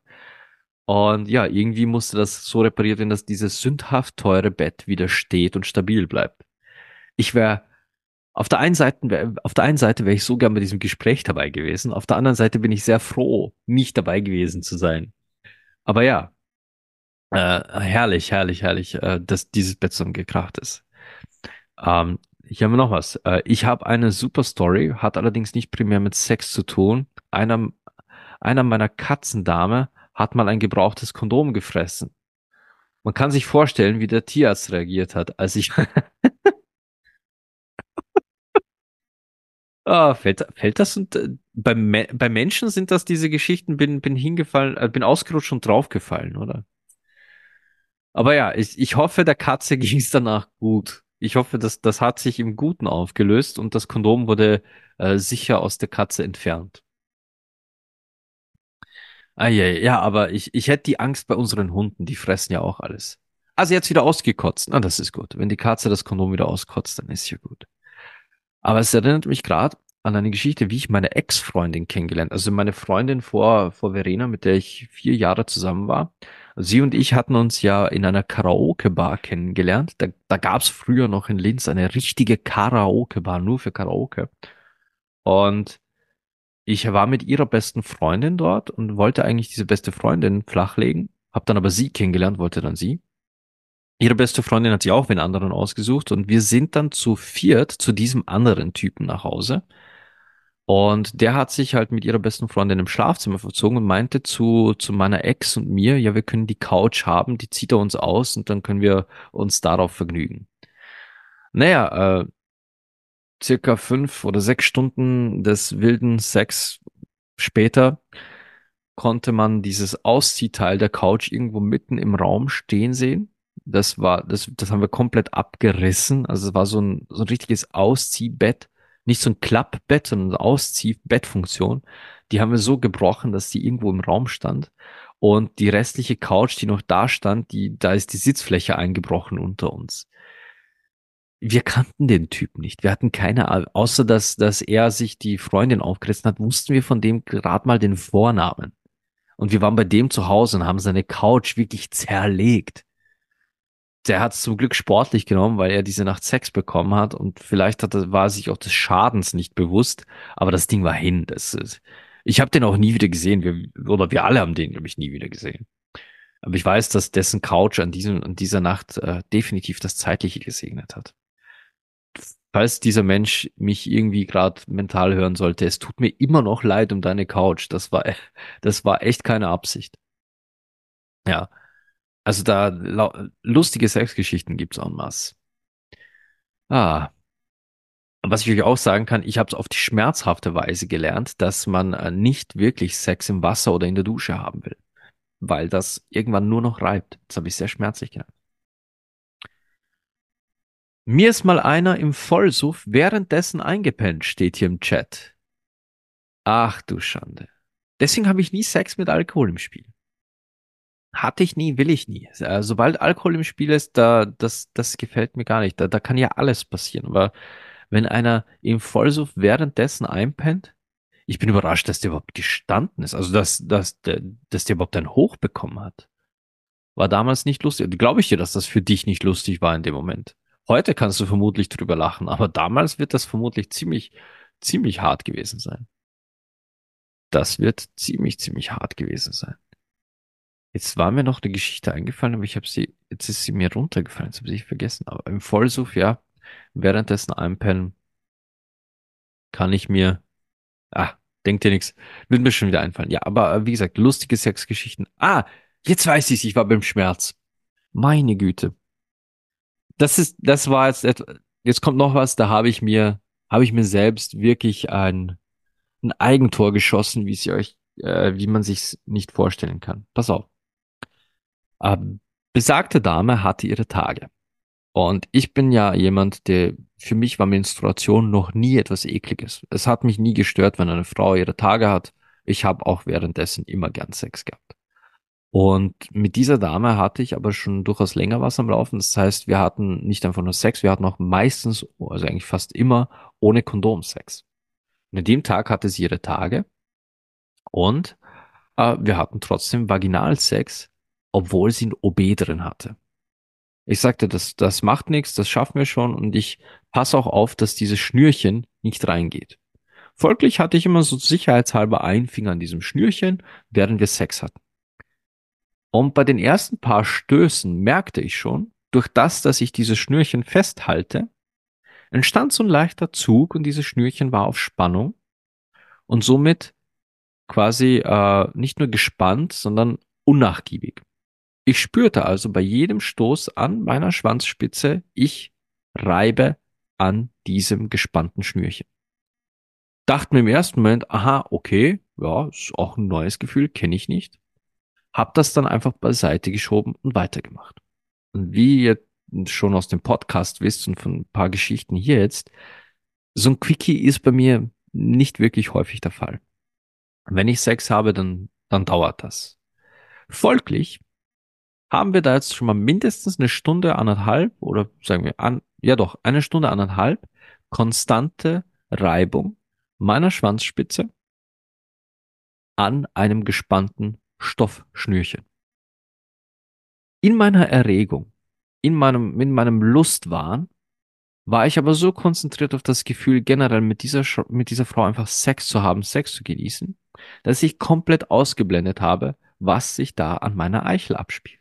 Speaker 1: Und ja, irgendwie musste das so repariert werden, dass dieses sündhaft teure Bett wieder steht und stabil bleibt. Ich wäre auf der einen Seite, wär, auf der einen Seite wäre ich so gern bei diesem Gespräch dabei gewesen, auf der anderen Seite bin ich sehr froh, nicht dabei gewesen zu sein. Aber ja, äh, herrlich, herrlich, herrlich, äh, dass dieses Bett zusammengekracht ist. Ähm, hier haben wir noch was. Äh, ich habe eine super Story, hat allerdings nicht primär mit Sex zu tun. Einer, einer meiner Katzendame hat mal ein gebrauchtes Kondom gefressen. Man kann sich vorstellen, wie der Tierarzt reagiert hat, als ich. Ah, fällt, fällt das und äh, bei, Me bei Menschen sind das diese Geschichten, bin, bin hingefallen, äh, bin ausgerutscht und draufgefallen, oder? Aber ja, ich, ich hoffe, der Katze ging es danach gut. Ich hoffe, dass das hat sich im Guten aufgelöst und das Kondom wurde äh, sicher aus der Katze entfernt. Ah, ja, ja, aber ich, ich hätte die Angst bei unseren Hunden, die fressen ja auch alles. Also jetzt wieder ausgekotzt. Na, das ist gut. Wenn die Katze das Kondom wieder auskotzt, dann ist ja gut. Aber es erinnert mich gerade an eine Geschichte, wie ich meine Ex-Freundin kennengelernt. Also meine Freundin vor, vor Verena, mit der ich vier Jahre zusammen war. Sie und ich hatten uns ja in einer Karaoke-Bar kennengelernt. Da, da gab es früher noch in Linz eine richtige Karaoke-Bar, nur für Karaoke. Und ich war mit ihrer besten Freundin dort und wollte eigentlich diese beste Freundin flachlegen. Hab dann aber sie kennengelernt, wollte dann sie. Ihre beste Freundin hat sich auch wen anderen ausgesucht und wir sind dann zu viert zu diesem anderen Typen nach Hause. Und der hat sich halt mit ihrer besten Freundin im Schlafzimmer verzogen und meinte zu, zu meiner Ex und mir, ja, wir können die Couch haben, die zieht er uns aus und dann können wir uns darauf vergnügen. Naja, äh, circa fünf oder sechs Stunden des wilden Sex später konnte man dieses Ausziehteil der Couch irgendwo mitten im Raum stehen sehen. Das war, das, das haben wir komplett abgerissen. Also es war so ein, so ein richtiges Ausziehbett. Nicht so ein Klappbett, sondern eine Ausziehbettfunktion. Die haben wir so gebrochen, dass die irgendwo im Raum stand. Und die restliche Couch, die noch da stand, die, da ist die Sitzfläche eingebrochen unter uns. Wir kannten den Typ nicht. Wir hatten keine, Ahnung. Außer dass, dass er sich die Freundin aufgerissen hat, wussten wir von dem gerade mal den Vornamen. Und wir waren bei dem zu Hause und haben seine Couch wirklich zerlegt. Der hat es zum Glück sportlich genommen, weil er diese Nacht Sex bekommen hat und vielleicht hat er, war er sich auch des Schadens nicht bewusst, aber das Ding war hin. Das ist, ich habe den auch nie wieder gesehen. Wir, oder wir alle haben den, glaube ich, nie wieder gesehen. Aber ich weiß, dass dessen Couch an diesem, an dieser Nacht äh, definitiv das Zeitliche gesegnet hat. Falls dieser Mensch mich irgendwie gerade mental hören sollte, es tut mir immer noch leid um deine Couch. Das war, das war echt keine Absicht. Ja. Also da lau- lustige Sexgeschichten gibt's en masse. Ah, und was ich euch auch sagen kann, ich habe es auf die schmerzhafte Weise gelernt, dass man äh, nicht wirklich Sex im Wasser oder in der Dusche haben will, weil das irgendwann nur noch reibt. Das habe ich sehr schmerzlich gelernt. Mir ist mal einer im Vollsuff währenddessen eingepennt, steht hier im Chat. Ach du Schande. Deswegen habe ich nie Sex mit Alkohol im Spiel. Hatte ich nie, will ich nie. Äh, sobald Alkohol im Spiel ist, da, das, das gefällt mir gar nicht. Da, da kann ja alles passieren. Aber wenn einer im Vollsuff währenddessen einpennt, ich bin überrascht, dass der überhaupt gestanden ist. Also, dass, dass, der, dass der überhaupt ein Hoch bekommen hat. War damals nicht lustig. Glaube ich dir, dass das für dich nicht lustig war in dem Moment. Heute kannst du vermutlich drüber lachen, aber damals wird das vermutlich ziemlich, ziemlich hart gewesen sein. Das wird ziemlich, ziemlich hart gewesen sein. Jetzt war mir noch eine Geschichte eingefallen, aber ich habe sie, jetzt ist sie mir runtergefallen, jetzt habe ich sie vergessen. Aber im Vollsuff, ja, währenddessen einpennen, kann ich mir, ah, denkt dir nichts, wird mir schon wieder einfallen. Ja, aber äh, wie gesagt, lustige Sexgeschichten. Ah, jetzt weiß ich's, ich war beim Schmerz. Meine Güte. Das ist, das war jetzt, et- jetzt kommt noch was, da habe ich mir, habe ich mir selbst wirklich ein, ein Eigentor geschossen, wie sie euch, äh, wie man sich's nicht vorstellen kann. Pass auf. Ähm, besagte Dame hatte ihre Tage. Und ich bin ja jemand, der, für mich war Menstruation noch nie etwas Ekliges. Es hat mich nie gestört, wenn eine Frau ihre Tage hat. Ich habe auch währenddessen immer gern Sex gehabt. Und mit dieser Dame hatte ich aber schon durchaus länger was am Laufen. Das heißt, wir hatten nicht einfach nur Sex, wir hatten auch meistens, also eigentlich fast immer, ohne Kondom Sex. Und an dem Tag hatte sie ihre Tage und äh, wir hatten trotzdem Vaginalsex, obwohl sie ein O B drin hatte. Ich sagte, das, das macht nichts, das schaffen wir schon und ich passe auch auf, dass dieses Schnürchen nicht reingeht. Folglich hatte ich immer so sicherheitshalber einen Finger an diesem Schnürchen, während wir Sex hatten. Und bei den ersten paar Stößen merkte ich schon, durch das, dass ich dieses Schnürchen festhalte, entstand so ein leichter Zug und dieses Schnürchen war auf Spannung und somit quasi äh, nicht nur gespannt, sondern unnachgiebig. Ich spürte also bei jedem Stoß an meiner Schwanzspitze, ich reibe an diesem gespannten Schnürchen. Dachte mir im ersten Moment, aha, okay, ja, ist auch ein neues Gefühl, kenne ich nicht. Hab das dann einfach beiseite geschoben und weitergemacht. Und wie ihr schon aus dem Podcast wisst und von ein paar Geschichten hier jetzt, so ein Quickie ist bei mir nicht wirklich häufig der Fall. Wenn ich Sex habe, dann, dann dauert das. Folglich haben wir da jetzt schon mal mindestens eine Stunde, anderthalb oder sagen wir an, ja doch, eine Stunde, anderthalb konstante Reibung meiner Schwanzspitze an einem gespannten Stoffschnürchen. In meiner Erregung, in meinem, in meinem Lustwahn war ich aber so konzentriert auf das Gefühl, generell mit dieser, Sch- mit dieser Frau einfach Sex zu haben, Sex zu genießen, dass ich komplett ausgeblendet habe, was sich da an meiner Eichel abspielt.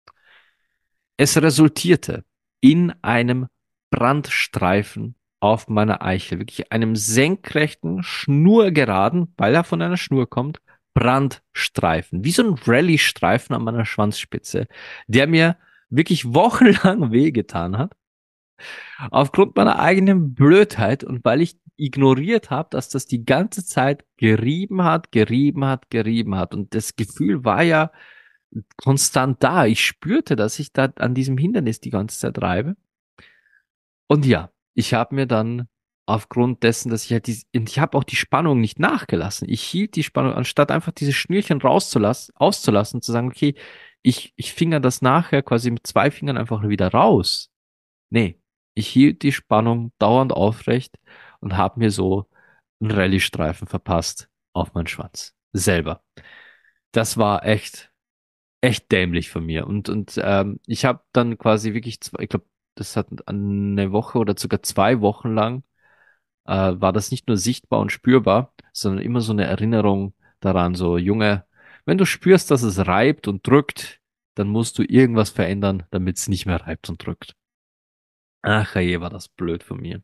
Speaker 1: Es resultierte in einem Brandstreifen auf meiner Eichel, wirklich einem senkrechten, schnurgeraden, weil er von einer Schnur kommt, Brandstreifen, wie so ein Rallye-Streifen an meiner Schwanzspitze, der mir wirklich wochenlang wehgetan hat aufgrund meiner eigenen Blödheit und weil ich ignoriert habe, dass das die ganze Zeit gerieben hat, gerieben hat, gerieben hat. Und das Gefühl war ja konstant da. Ich spürte, dass ich da an diesem Hindernis die ganze Zeit reibe. Und ja, ich habe mir dann aufgrund dessen, dass ich halt die, und ich habe auch die Spannung nicht nachgelassen. Ich hielt die Spannung, anstatt einfach dieses Schnürchen rauszulassen, auszulassen, zu sagen, okay, ich, ich finger das nachher quasi mit zwei Fingern einfach wieder raus. Nee, ich hielt die Spannung dauernd aufrecht und habe mir so einen Rallye-Streifen verpasst auf meinen Schwanz. Selber. Das war echt, echt dämlich von mir. Und, und ähm, ich habe dann quasi wirklich zwei, ich glaube, das hat eine Woche oder sogar zwei Wochen lang, äh, war das nicht nur sichtbar und spürbar, sondern immer so eine Erinnerung daran, so, Junge, wenn du spürst, dass es reibt und drückt, dann musst du irgendwas verändern, damit es nicht mehr reibt und drückt. Ach je, war das blöd von mir.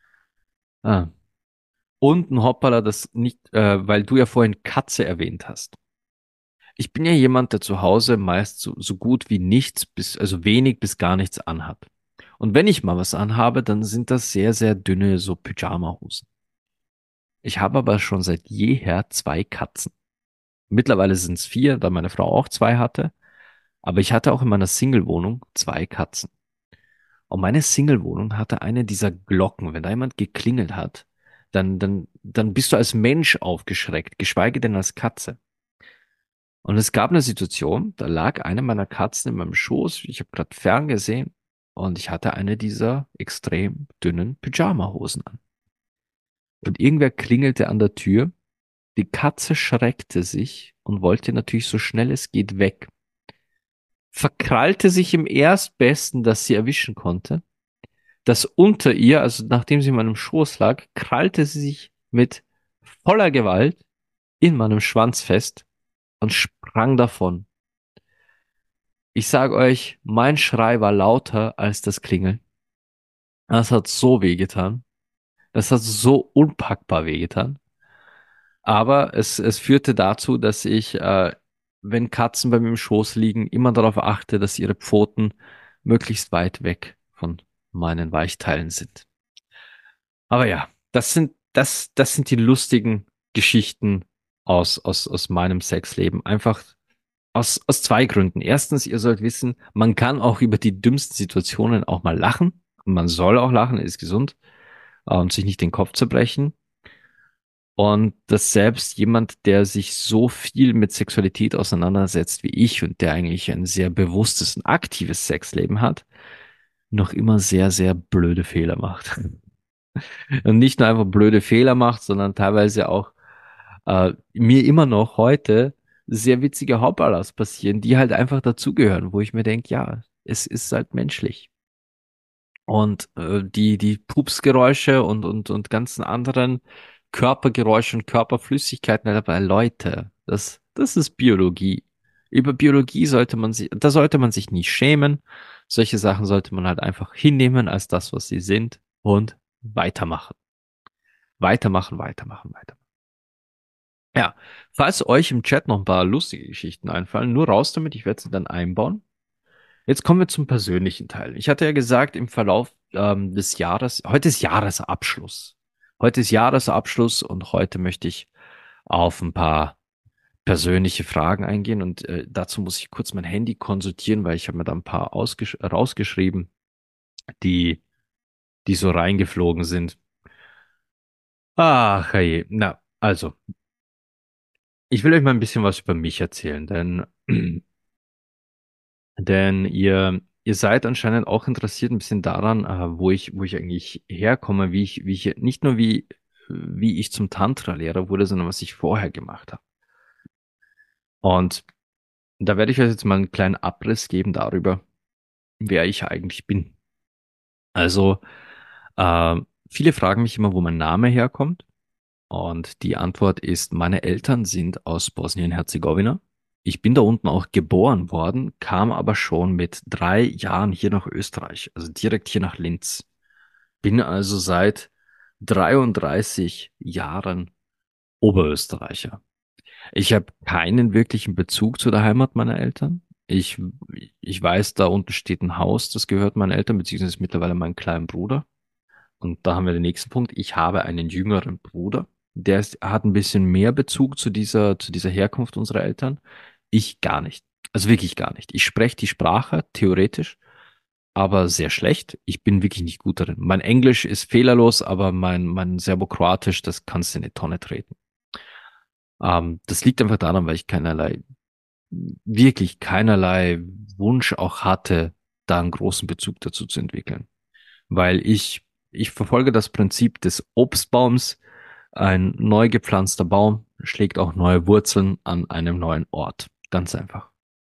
Speaker 1: Ah. Und ein Hoppala, das nicht, äh, weil du ja vorhin Katze erwähnt hast. Ich bin ja jemand, der zu Hause meist so, so gut wie nichts bis, also wenig bis gar nichts anhat. Und wenn ich mal was anhabe, dann sind das sehr, sehr dünne, so Pyjama-Hosen. Ich habe aber schon seit jeher zwei Katzen. Mittlerweile sind es vier, da meine Frau auch zwei hatte. Aber ich hatte auch in meiner Single-Wohnung zwei Katzen. Und meine Single-Wohnung hatte eine dieser Glocken. Wenn da jemand geklingelt hat, dann, dann, dann bist du als Mensch aufgeschreckt, geschweige denn als Katze. Und es gab eine Situation, da lag eine meiner Katzen in meinem Schoß, ich habe gerade ferngesehen und ich hatte eine dieser extrem dünnen Pyjama-Hosen an. Und irgendwer klingelte an der Tür, die Katze schreckte sich und wollte natürlich so schnell es geht weg, verkrallte sich im Erstbesten, das sie erwischen konnte, das unter ihr, also nachdem sie in meinem Schoß lag, krallte sie sich mit voller Gewalt in meinem Schwanz fest und sprang davon. Ich sage euch, mein Schrei war lauter als das Klingeln. Das hat so wehgetan. Das hat so unpackbar wehgetan. Aber es, es führte dazu, dass ich, äh, wenn Katzen bei mir im Schoß liegen, immer darauf achte, dass ihre Pfoten möglichst weit weg von meinen Weichteilen sind. Aber ja, das sind, das, das sind die lustigen Geschichten aus, aus, aus meinem Sexleben. Einfach aus, aus zwei Gründen. Erstens, ihr sollt wissen, man kann auch über die dümmsten Situationen auch mal lachen. Man soll auch lachen, ist gesund, äh, und sich nicht den Kopf zerbrechen. Und dass selbst jemand, der sich so viel mit Sexualität auseinandersetzt wie ich und der eigentlich ein sehr bewusstes und aktives Sexleben hat, noch immer sehr, sehr blöde Fehler macht. Und nicht nur einfach blöde Fehler macht, sondern teilweise auch äh, mir immer noch heute sehr witzige Hoppala passieren, die halt einfach dazugehören, wo ich mir denke, ja, es ist halt menschlich. Und äh, die, die Pupsgeräusche und, und, und ganzen anderen Körpergeräusche und Körperflüssigkeiten dabei, Leute, das, das ist Biologie. Über Biologie sollte man sich, da sollte man sich nicht schämen. Solche Sachen sollte man halt einfach hinnehmen als das, was sie sind und weitermachen. Weitermachen, weitermachen, weitermachen. Ja, falls euch im Chat noch ein paar lustige Geschichten einfallen, nur raus damit, ich werde sie dann einbauen. Jetzt kommen wir zum persönlichen Teil. Ich hatte ja gesagt, im Verlauf ähm, des Jahres, heute ist Jahresabschluss. Heute ist Jahresabschluss und heute möchte ich auf ein paar persönliche Fragen eingehen und äh, dazu muss ich kurz mein Handy konsultieren, weil ich habe mir da ein paar ausgesch rausgeschrieben, die, die so reingeflogen sind. Ach, je. Na, also, ich will euch mal ein bisschen was über mich erzählen, denn Denn ihr, ihr seid anscheinend auch interessiert ein bisschen daran, äh, wo ich, wo ich eigentlich herkomme, wie ich, wie ich, nicht nur wie, wie ich zum Tantra-Lehrer wurde, sondern was ich vorher gemacht habe. Und da werde ich euch jetzt mal einen kleinen Abriss geben darüber, wer ich eigentlich bin. Also, äh, viele fragen mich immer, wo mein Name herkommt. Und die Antwort ist, meine Eltern sind aus Bosnien-Herzegowina. Ich bin da unten auch geboren worden, kam aber schon mit drei Jahren hier nach Österreich, also direkt hier nach Linz. Bin also seit dreiunddreißig Jahren Oberösterreicher. Ich habe keinen wirklichen Bezug zu der Heimat meiner Eltern. Ich, ich weiß, da unten steht ein Haus, das gehört meinen Eltern, beziehungsweise ist mittlerweile mein kleiner Bruder. Und da haben wir den nächsten Punkt. Ich habe einen jüngeren Bruder. Der ist, hat ein bisschen mehr Bezug zu dieser, zu dieser Herkunft unserer Eltern. Ich gar nicht. Also wirklich gar nicht. Ich spreche die Sprache, theoretisch, aber sehr schlecht. Ich bin wirklich nicht gut darin. Mein Englisch ist fehlerlos, aber mein, mein Serbokroatisch, das kannst du in die Tonne treten. Ähm, das liegt einfach daran, weil ich keinerlei, wirklich keinerlei Wunsch auch hatte, da einen großen Bezug dazu zu entwickeln. Weil ich, ich verfolge das Prinzip des Obstbaums. Ein neu gepflanzter Baum schlägt auch neue Wurzeln an einem neuen Ort. Ganz einfach.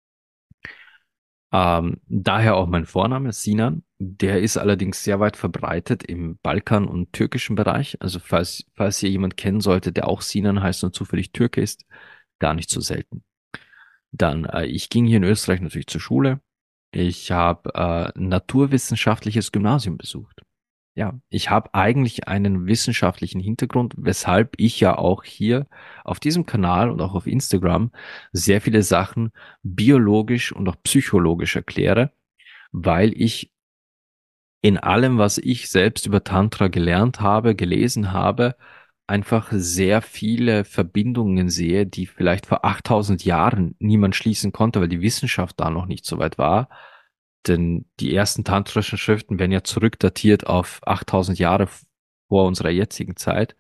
Speaker 1: Ähm, daher auch mein Vorname Sinan. Der ist allerdings sehr weit verbreitet im Balkan- und türkischen Bereich. Also falls, falls ihr jemand kennen solltet, der auch Sinan heißt und zufällig Türke ist, gar nicht so selten. Dann, äh, ich ging hier in Österreich natürlich zur Schule. Ich habe äh, naturwissenschaftliches Gymnasium besucht. Ja, ich habe eigentlich einen wissenschaftlichen Hintergrund, weshalb ich ja auch hier auf diesem Kanal und auch auf Instagram sehr viele Sachen biologisch und auch psychologisch erkläre, weil ich in allem, was ich selbst über Tantra gelernt habe, gelesen habe, einfach sehr viele Verbindungen sehe, die vielleicht vor achttausend Jahren niemand schließen konnte, weil die Wissenschaft da noch nicht so weit war. Denn die ersten tantrischen Schriften werden ja zurückdatiert auf achttausend Jahre vor unserer jetzigen Zeit.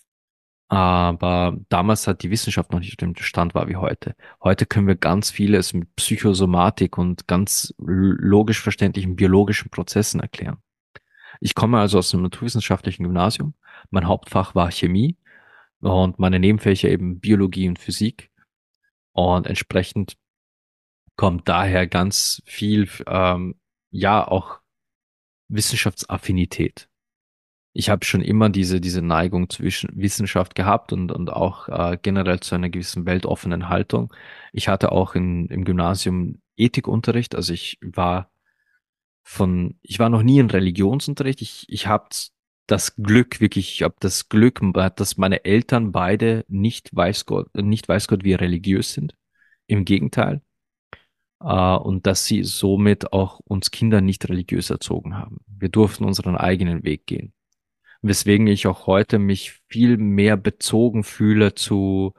Speaker 1: Aber damals hat die Wissenschaft noch nicht auf dem Stand war wie heute. Heute können wir ganz vieles mit Psychosomatik und ganz logisch verständlichen biologischen Prozessen erklären. Ich komme also aus einem naturwissenschaftlichen Gymnasium. Mein Hauptfach war Chemie und meine Nebenfächer eben Biologie und Physik. Und entsprechend kommt daher ganz viel, ähm, ja, auch Wissenschaftsaffinität. Ich habe schon immer diese, diese Neigung zu Wisch- Wissenschaft gehabt und, und auch äh, generell zu einer gewissen weltoffenen Haltung. Ich hatte auch in, im Gymnasium Ethikunterricht, also ich war von, ich war noch nie in Religionsunterricht. Ich, ich habe das Glück, wirklich, ich habe das Glück, dass meine Eltern beide nicht weiß Gott, nicht weiß Gott, wie religiös sind. Im Gegenteil. Äh, und dass sie somit auch uns Kinder nicht religiös erzogen haben. Wir durften unseren eigenen Weg gehen. Weswegen ich auch heute mich viel mehr bezogen fühle zu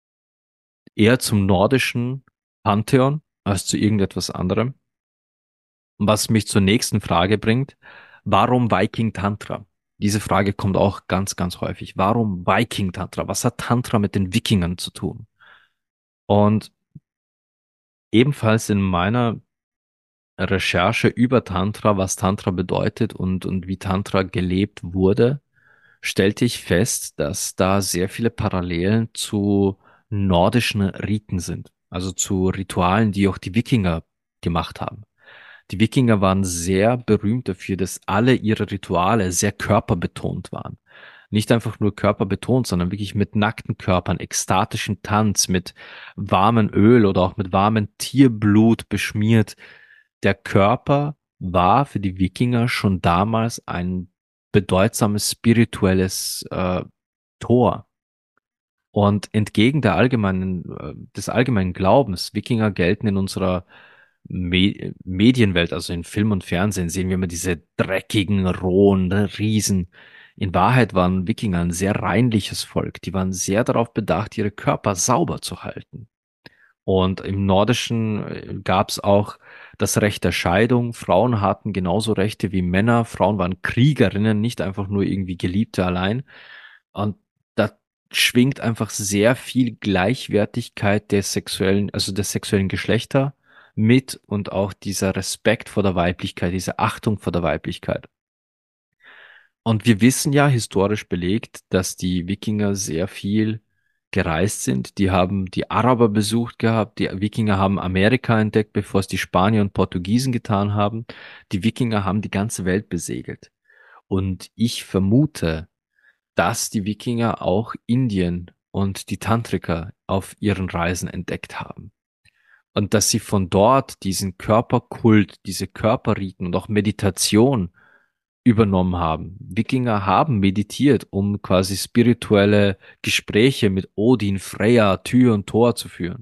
Speaker 1: eher zum nordischen Pantheon als zu irgendetwas anderem. Was mich zur nächsten Frage bringt. Warum Viking Tantra? Diese Frage kommt auch ganz, ganz häufig. Warum Viking Tantra? Was hat Tantra mit den Wikingern zu tun? Und ebenfalls in meiner Recherche über Tantra, was Tantra bedeutet und, und wie Tantra gelebt wurde, stellte ich fest, dass da sehr viele Parallelen zu nordischen Riten sind. Also zu Ritualen, die auch die Wikinger gemacht haben. Die Wikinger waren sehr berühmt dafür, dass alle ihre Rituale sehr körperbetont waren. Nicht einfach nur körperbetont, sondern wirklich mit nackten Körpern, ekstatischen Tanz, mit warmem Öl oder auch mit warmem Tierblut beschmiert. Der Körper war für die Wikinger schon damals ein bedeutsames spirituelles äh, Tor. Und entgegen der allgemeinen, äh, des allgemeinen Glaubens, Wikinger gelten in unserer Me Medienwelt, also in Film und Fernsehen, sehen wir immer diese dreckigen, rohen Riesen. In Wahrheit waren Wikinger ein sehr reinliches Volk. Die waren sehr darauf bedacht, ihre Körper sauber zu halten. Und im Nordischen gab es auch das Recht der Scheidung. Frauen hatten genauso Rechte wie Männer. Frauen waren Kriegerinnen, nicht einfach nur irgendwie Geliebte allein. Und da schwingt einfach sehr viel Gleichwertigkeit der sexuellen, also der sexuellen Geschlechter mit und auch dieser Respekt vor der Weiblichkeit, diese Achtung vor der Weiblichkeit. Und wir wissen ja historisch belegt, dass die Wikinger sehr viel gereist sind. Die haben die Araber besucht gehabt. Die Wikinger haben Amerika entdeckt, bevor es die Spanier und Portugiesen getan haben. Die Wikinger haben die ganze Welt besegelt. Und ich vermute, dass die Wikinger auch Indien und die Tantriker auf ihren Reisen entdeckt haben. Und dass sie von dort diesen Körperkult, diese Körperriten und auch Meditation übernommen haben. Wikinger haben meditiert, um quasi spirituelle Gespräche mit Odin, Freya, Tyr und Thor zu führen.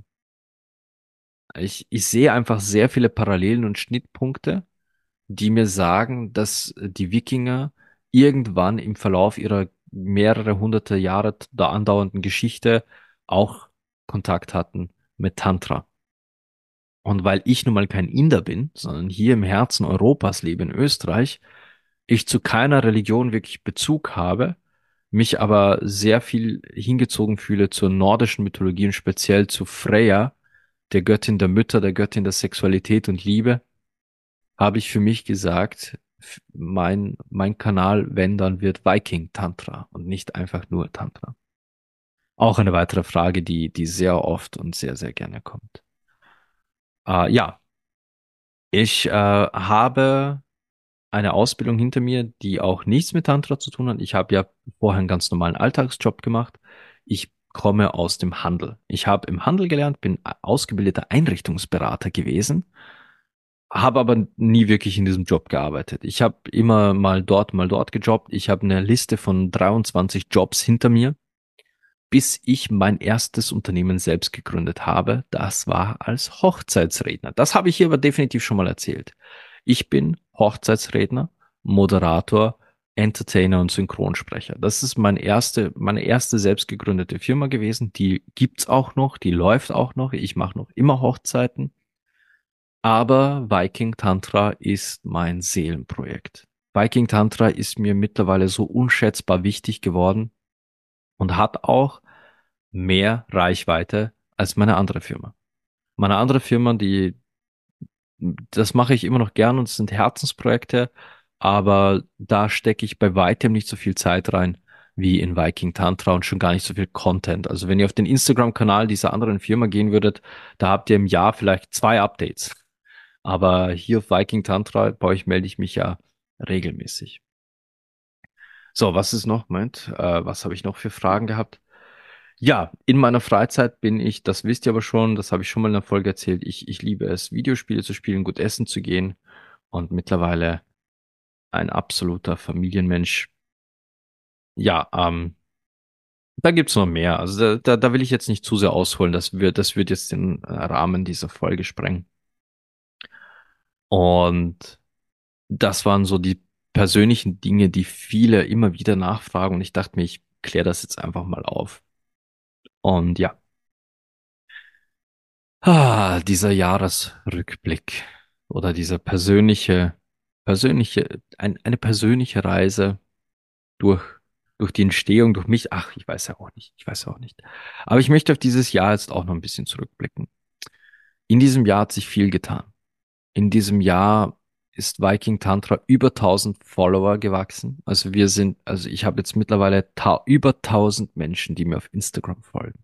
Speaker 1: Ich, ich sehe einfach sehr viele Parallelen und Schnittpunkte, die mir sagen, dass die Wikinger irgendwann im Verlauf ihrer mehrere hunderte Jahre da andauernden Geschichte auch Kontakt hatten mit Tantra. Und weil ich nun mal kein Inder bin, sondern hier im Herzen Europas lebe, in Österreich, ich zu keiner Religion wirklich Bezug habe, mich aber sehr viel hingezogen fühle zur nordischen Mythologie und speziell zu Freya, der Göttin der Mütter, der Göttin der Sexualität und Liebe, habe ich für mich gesagt, f- mein, mein Kanal, wenn, dann wird Viking Tantra und nicht einfach nur Tantra. Auch eine weitere Frage, die, die sehr oft und sehr, sehr gerne kommt. Äh, ja, ich äh, habe eine Ausbildung hinter mir, die auch nichts mit Tantra zu tun hat. Ich habe ja vorher einen ganz normalen Alltagsjob gemacht. Ich komme aus dem Handel. Ich habe im Handel gelernt, bin ausgebildeter Einrichtungsberater gewesen, habe aber nie wirklich in diesem Job gearbeitet. Ich habe immer mal dort, mal dort gejobbt. Ich habe eine Liste von dreiundzwanzig Jobs hinter mir, bis ich mein erstes Unternehmen selbst gegründet habe. Das war als Hochzeitsredner. Das habe ich hier aber definitiv schon mal erzählt. Ich bin Hochzeitsredner, Moderator, Entertainer und Synchronsprecher. Das ist mein erste, meine erste selbst gegründete Firma gewesen. Die gibt's auch noch, die läuft auch noch. Ich mache noch immer Hochzeiten. Aber Viking Tantra ist mein Seelenprojekt. Viking Tantra ist mir mittlerweile so unschätzbar wichtig geworden und hat auch mehr Reichweite als meine andere Firma. Meine andere Firma, die, das mache ich immer noch gern und es sind Herzensprojekte, aber da stecke ich bei weitem nicht so viel Zeit rein wie in Viking Tantra und schon gar nicht so viel Content. Also wenn ihr auf den Instagram-Kanal dieser anderen Firma gehen würdet, da habt ihr im Jahr vielleicht zwei Updates. Aber hier auf Viking Tantra, bei euch melde ich mich ja regelmäßig. So, was ist noch? Moment, äh, was habe ich noch für Fragen gehabt? Ja, in meiner Freizeit bin ich, das wisst ihr aber schon, das habe ich schon mal in der Folge erzählt, ich, ich liebe es, Videospiele zu spielen, gut essen zu gehen und mittlerweile ein absoluter Familienmensch. Ja, ähm, da gibt's noch mehr. Also da, da, da will ich jetzt nicht zu sehr ausholen, das wird, das wird jetzt den äh, Rahmen dieser Folge sprengen. Und das waren so die persönlichen Dinge, die viele immer wieder nachfragen und ich dachte mir, ich kläre das jetzt einfach mal auf. Und ja. Ah, dieser Jahresrückblick oder dieser persönliche, persönliche, ein, eine persönliche Reise durch, durch die Entstehung, durch mich. Ach, ich weiß ja auch nicht, ich weiß ja auch nicht. Aber ich möchte auf dieses Jahr jetzt auch noch ein bisschen zurückblicken. In diesem Jahr hat sich viel getan. In diesem Jahr ist Viking Tantra über tausend Follower gewachsen. Also wir sind, also ich habe jetzt mittlerweile ta über tausend Menschen, die mir auf Instagram folgen.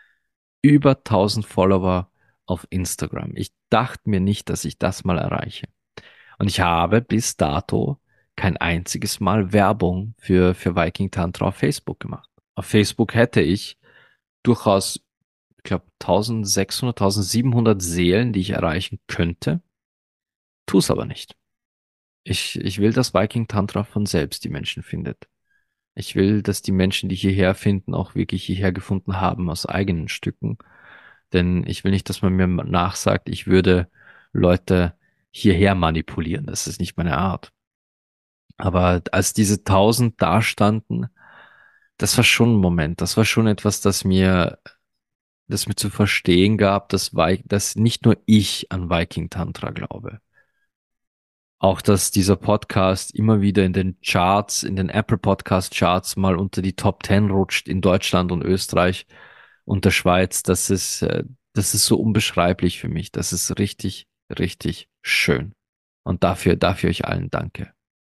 Speaker 1: Über tausend Follower auf Instagram. Ich dachte mir nicht, dass ich das mal erreiche. Und ich habe bis dato kein einziges Mal Werbung für, für Viking Tantra auf Facebook gemacht. Auf Facebook hätte ich durchaus, ich glaube, eintausendsechshundert, eintausendsiebenhundert Seelen, die ich erreichen könnte, tu es aber nicht. Ich, ich will, dass Viking Tantra von selbst die Menschen findet. Ich will, dass die Menschen, die hierher finden, auch wirklich hierher gefunden haben aus eigenen Stücken. Denn ich will nicht, dass man mir nachsagt, ich würde Leute hierher manipulieren. Das ist nicht meine Art. Aber als diese tausend dastanden, das war schon ein Moment. Das war schon etwas, das mir, das mir zu verstehen gab, dass, Vi dass nicht nur ich an Viking Tantra glaube. Auch, dass dieser Podcast immer wieder in den Charts, in den Apple Podcast Charts mal unter die Top Ten rutscht in Deutschland und Österreich und der Schweiz. Das ist, äh, das ist so unbeschreiblich für mich. Das ist richtig, richtig schön. Und dafür, dafür euch allen danke.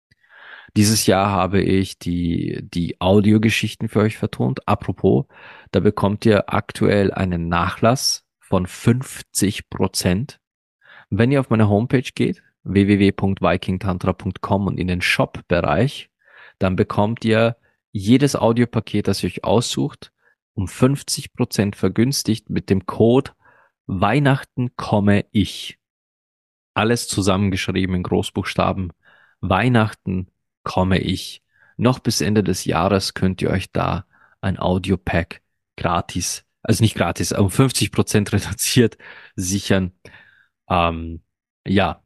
Speaker 1: Dieses Jahr habe ich die, die Audiogeschichten für euch vertont. Apropos, da bekommt ihr aktuell einen Nachlass von fünfzig Prozent. Wenn ihr auf meine Homepage geht, w w w punkt viking tantra punkt com und in den Shop-Bereich, dann bekommt ihr jedes Audiopaket, das ihr euch aussucht, um fünfzig Prozent vergünstigt mit dem Code Weihnachten komme ich. Alles zusammengeschrieben in Großbuchstaben. Weihnachten komme ich. Noch bis Ende des Jahres könnt ihr euch da ein Audiopack gratis, also nicht gratis, aber um fünfzig Prozent reduziert sichern. Ähm, ja,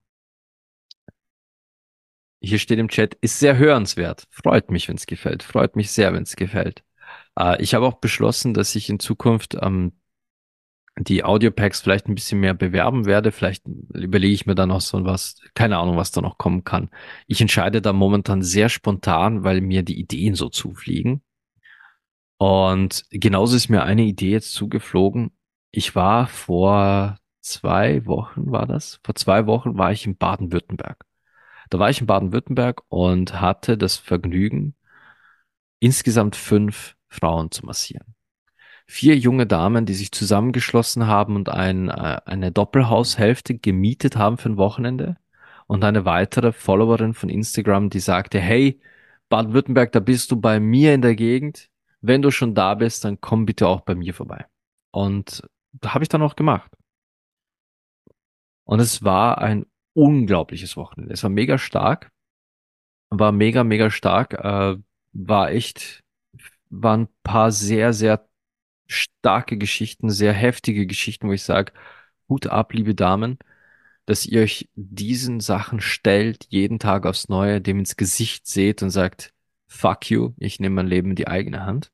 Speaker 1: hier steht im Chat, ist sehr hörenswert. Freut mich, wenn es gefällt. Freut mich sehr, wenn es gefällt. Äh, ich habe auch beschlossen, dass ich in Zukunft ähm, die Audiopacks vielleicht ein bisschen mehr bewerben werde. Vielleicht überlege ich mir dann noch so was, keine Ahnung, was da noch kommen kann. Ich entscheide da momentan sehr spontan, weil mir die Ideen so zufliegen. Und genauso ist mir eine Idee jetzt zugeflogen. Ich war vor zwei Wochen, war das? Vor zwei Wochen war ich in Baden-Württemberg. Da war ich in Baden-Württemberg und hatte das Vergnügen, insgesamt fünf Frauen zu massieren. Vier junge Damen, die sich zusammengeschlossen haben und ein, äh, eine Doppelhaushälfte gemietet haben für ein Wochenende. Und eine weitere Followerin von Instagram, die sagte, hey, Baden-Württemberg, da bist du bei mir in der Gegend. Wenn du schon da bist, dann komm bitte auch bei mir vorbei. Und da habe ich dann auch gemacht. Und es war ein unglaubliches Wochenende. Es war mega stark, war mega, mega stark, äh, war echt, waren ein paar sehr, sehr starke Geschichten, sehr heftige Geschichten, wo ich sage, Hut ab, liebe Damen, dass ihr euch diesen Sachen stellt, jeden Tag aufs Neue, dem ins Gesicht seht und sagt, fuck you, ich nehme mein Leben in die eigene Hand.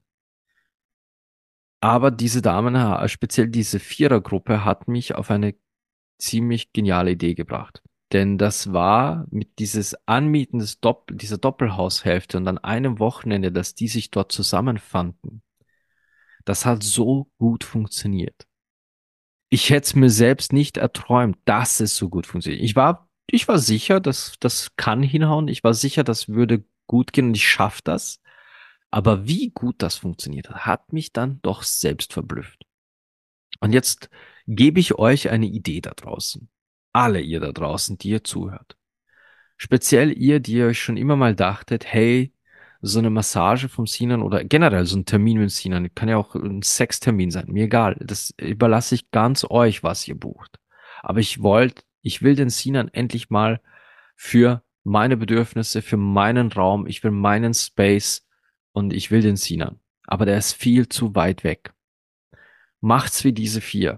Speaker 1: Aber diese Damen, äh, speziell diese Vierergruppe, hat mich auf eine ziemlich geniale Idee gebracht. Denn das war mit dieses Anmieten des Dopp dieser Doppelhaushälfte und an einem Wochenende, dass die sich dort zusammenfanden. Das hat so gut funktioniert. Ich hätte es mir selbst nicht erträumt, dass es so gut funktioniert. Ich war, ich war sicher, dass das kann hinhauen. Ich war sicher, das würde gut gehen und ich schaffe das. Aber wie gut das funktioniert hat, hat mich dann doch selbst verblüfft. Und jetzt gebe ich euch eine Idee da draußen. Alle ihr da draußen, die ihr zuhört. Speziell ihr, die euch schon immer mal dachtet, hey, so eine Massage vom Sinan oder generell so ein Termin mit Sinan, kann ja auch ein Sextermin sein, mir egal. Das überlasse ich ganz euch, was ihr bucht. Aber ich wollte, ich will den Sinan endlich mal für meine Bedürfnisse, für meinen Raum, ich will meinen Space und ich will den Sinan. Aber der ist viel zu weit weg. Macht's wie diese vier.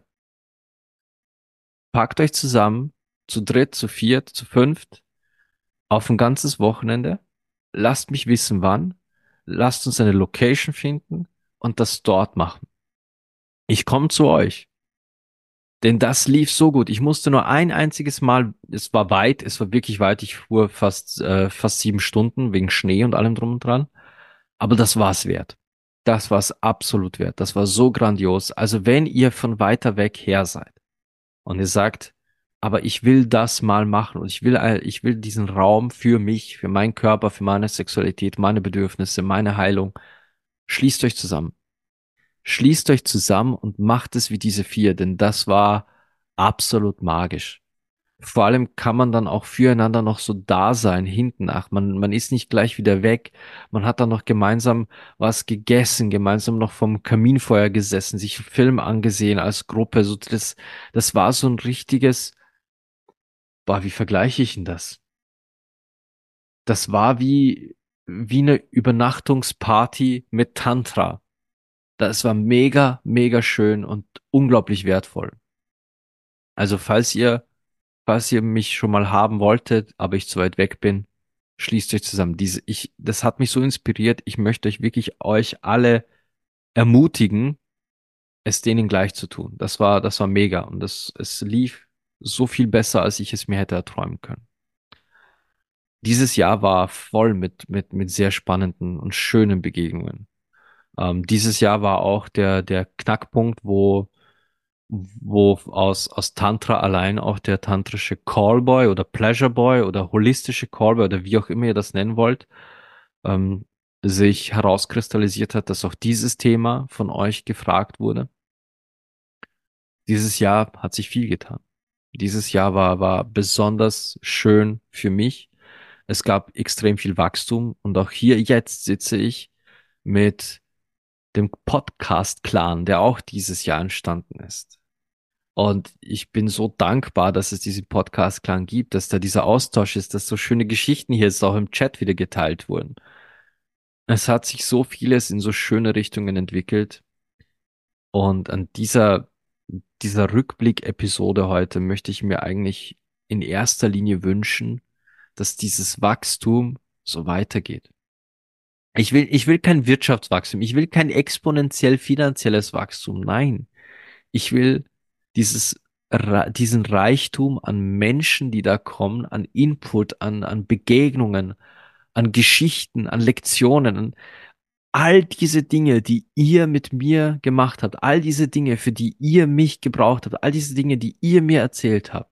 Speaker 1: Packt euch zusammen, zu dritt, zu viert, zu fünft, auf ein ganzes Wochenende. Lasst mich wissen, wann. Lasst uns eine Location finden und das dort machen. Ich komme zu euch. Denn das lief so gut. Ich musste nur ein einziges Mal, es war weit, es war wirklich weit. Ich fuhr fast, äh, fast sieben Stunden wegen Schnee und allem drum und dran. Aber das war's wert. Das war's absolut wert. Das war so grandios. Also wenn ihr von weiter weg her seid, und ihr sagt, aber ich will das mal machen und ich will, äh, ich will diesen Raum für mich, für meinen Körper, für meine Sexualität, meine Bedürfnisse, meine Heilung. Schließt euch zusammen. Schließt euch zusammen und macht es wie diese vier, denn das war absolut magisch. Vor allem kann man dann auch füreinander noch so da sein, hinten nach. Man, man ist nicht gleich wieder weg. Man hat dann noch gemeinsam was gegessen, gemeinsam noch vom Kaminfeuer gesessen, sich einen Film angesehen als Gruppe. So das, das war so ein richtiges, boah, wie vergleiche ich denn das? Das war wie, wie eine Übernachtungsparty mit Tantra. Das war mega, mega schön und unglaublich wertvoll. Also falls ihr falls ihr mich schon mal haben wolltet, aber ich zu weit weg bin, schließt euch zusammen. Diese, ich, das hat mich so inspiriert. Ich möchte euch wirklich euch alle ermutigen, es denen gleich zu tun. Das war, das war mega und das, es lief so viel besser, als ich es mir hätte erträumen können. Dieses Jahr war voll mit, mit, mit sehr spannenden und schönen Begegnungen. Ähm, dieses Jahr war auch der, der Knackpunkt, wo wo aus, aus Tantra allein auch der tantrische Callboy oder Pleasure Boy oder holistische Callboy oder wie auch immer ihr das nennen wollt, ähm, sich herauskristallisiert hat, dass auch dieses Thema von euch gefragt wurde. Dieses Jahr hat sich viel getan. Dieses Jahr war, war besonders schön für mich. Es gab extrem viel Wachstum und auch hier jetzt sitze ich mit dem Podcast-Clan, der auch dieses Jahr entstanden ist. Und ich bin so dankbar, dass es diesen Podcast-Clan gibt, dass da dieser Austausch ist, dass so schöne Geschichten hier jetzt auch im Chat wieder geteilt wurden. Es hat sich so vieles in so schöne Richtungen entwickelt. Und an dieser, dieser Rückblick-Episode heute möchte ich mir eigentlich in erster Linie wünschen, dass dieses Wachstum so weitergeht. Ich will, ich will kein Wirtschaftswachstum. Ich will kein exponentiell finanzielles Wachstum. Nein. Ich will dieses, Re- diesen Reichtum an Menschen, die da kommen, an Input, an, an Begegnungen, an Geschichten, an Lektionen, an all diese Dinge, die ihr mit mir gemacht habt, all diese Dinge, für die ihr mich gebraucht habt, all diese Dinge, die ihr mir erzählt habt.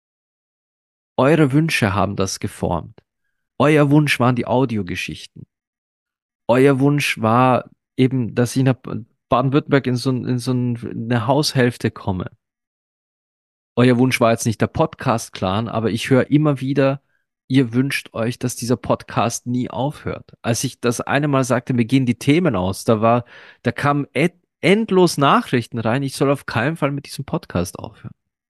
Speaker 1: Eure Wünsche haben das geformt. Euer Wunsch waren die Audiogeschichten. Euer Wunsch war eben, dass ich nach Baden-Württemberg in so, ein- in so ein- eine Haushälfte komme. Euer Wunsch war jetzt nicht der Podcast-Clan, aber ich höre immer wieder, ihr wünscht euch, dass dieser Podcast nie aufhört. Als ich das eine Mal sagte, mir gehen die Themen aus, da war, da kamen et- endlos Nachrichten rein, ich soll auf keinen Fall mit diesem Podcast aufhören.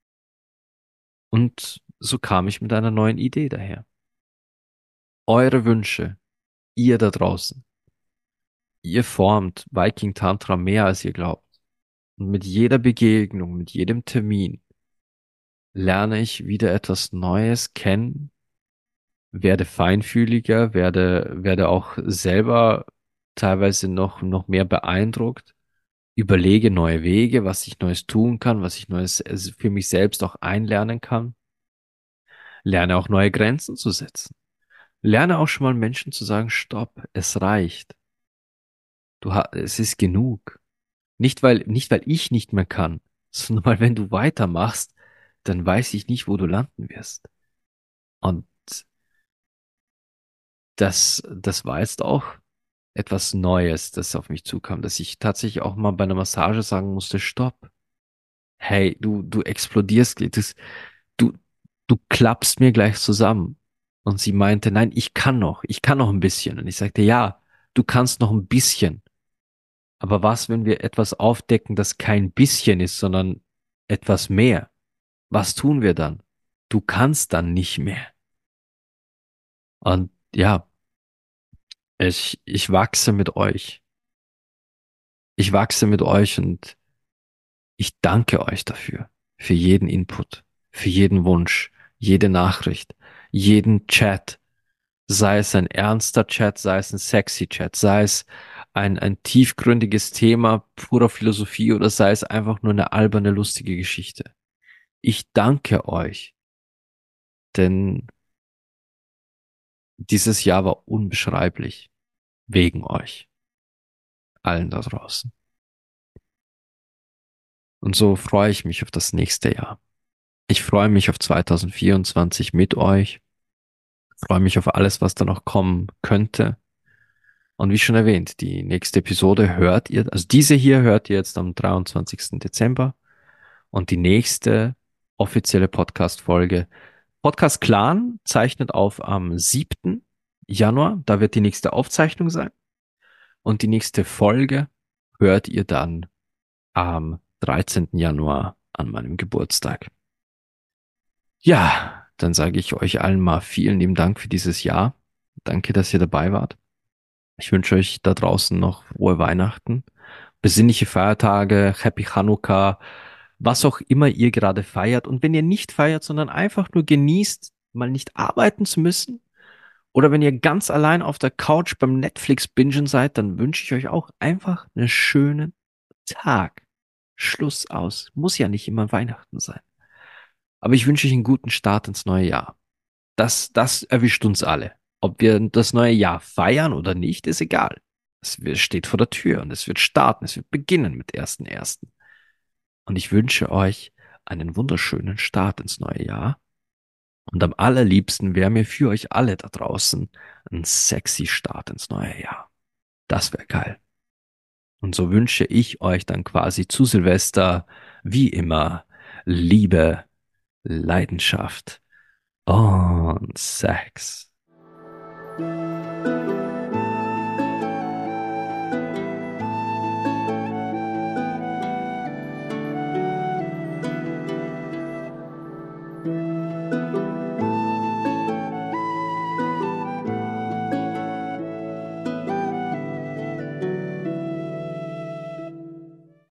Speaker 1: Und so kam ich mit einer neuen Idee daher. Eure Wünsche, ihr da draußen, ihr formt Viking Tantra mehr als ihr glaubt. Und mit jeder Begegnung, mit jedem Termin lerne ich wieder etwas Neues kennen, werde feinfühliger, werde, werde auch selber teilweise noch, noch mehr beeindruckt, überlege neue Wege, was ich Neues tun kann, was ich Neues für mich selbst auch einlernen kann. Lerne auch neue Grenzen zu setzen. Lerne auch schon mal Menschen zu sagen, stopp, es reicht. Du ha es ist genug. Nicht weil, nicht weil ich nicht mehr kann, sondern weil wenn du weitermachst, dann weiß ich nicht, wo du landen wirst. Und das, das war jetzt auch etwas Neues, das auf mich zukam, dass ich tatsächlich auch mal bei einer Massage sagen musste, stopp. Hey, du, du explodierst, das, du, du klappst mir gleich zusammen. Und sie meinte, nein, ich kann noch, ich kann noch ein bisschen. Und ich sagte, ja, du kannst noch ein bisschen. Aber was, wenn wir etwas aufdecken, das kein bisschen ist, sondern etwas mehr? Was tun wir dann? Du kannst dann nicht mehr. Und ja, ich, ich wachse mit euch. Ich wachse mit euch und ich danke euch dafür. Für jeden Input, für jeden Wunsch, jede Nachricht, jeden Chat. Sei es ein ernster Chat, sei es ein sexy Chat, sei es ein, ein tiefgründiges Thema purer Philosophie oder sei es einfach nur eine alberne, lustige Geschichte. Ich danke euch, denn dieses Jahr war unbeschreiblich. Wegen euch. Allen da draußen. Und so freue ich mich auf das nächste Jahr. Ich freue mich auf zwanzig vierundzwanzig mit euch. Ich freue mich auf alles, was da noch kommen könnte. Und wie schon erwähnt, die nächste Episode hört ihr, also diese hier hört ihr jetzt am dreiundzwanzigsten Dezember und die nächste offizielle Podcast-Folge. Podcast Clan zeichnet auf am siebten Januar, da wird die nächste Aufzeichnung sein und die nächste Folge hört ihr dann am dreizehnten Januar an meinem Geburtstag. Ja, dann sage ich euch allen mal vielen lieben Dank für dieses Jahr. Danke, dass ihr dabei wart. Ich wünsche euch da draußen noch frohe Weihnachten, besinnliche Feiertage, Happy Chanukka, was auch immer ihr gerade feiert. Und wenn ihr nicht feiert, sondern einfach nur genießt, mal nicht arbeiten zu müssen, oder wenn ihr ganz allein auf der Couch beim Netflix-Bingen seid, dann wünsche ich euch auch einfach einen schönen Tag. Schluss aus. Muss ja nicht immer Weihnachten sein. Aber ich wünsche euch einen guten Start ins neue Jahr. Das, das erwischt uns alle. Ob wir das neue Jahr feiern oder nicht, ist egal. Es wird- steht vor der Tür und es wird starten, es wird beginnen mit ersten ersten. Und ich wünsche euch einen wunderschönen Start ins neue Jahr. Und am allerliebsten wäre mir für euch alle da draußen ein sexy Start ins neue Jahr. Das wäre geil. Und so wünsche ich euch dann quasi zu Silvester, wie immer, Liebe, Leidenschaft und Sex.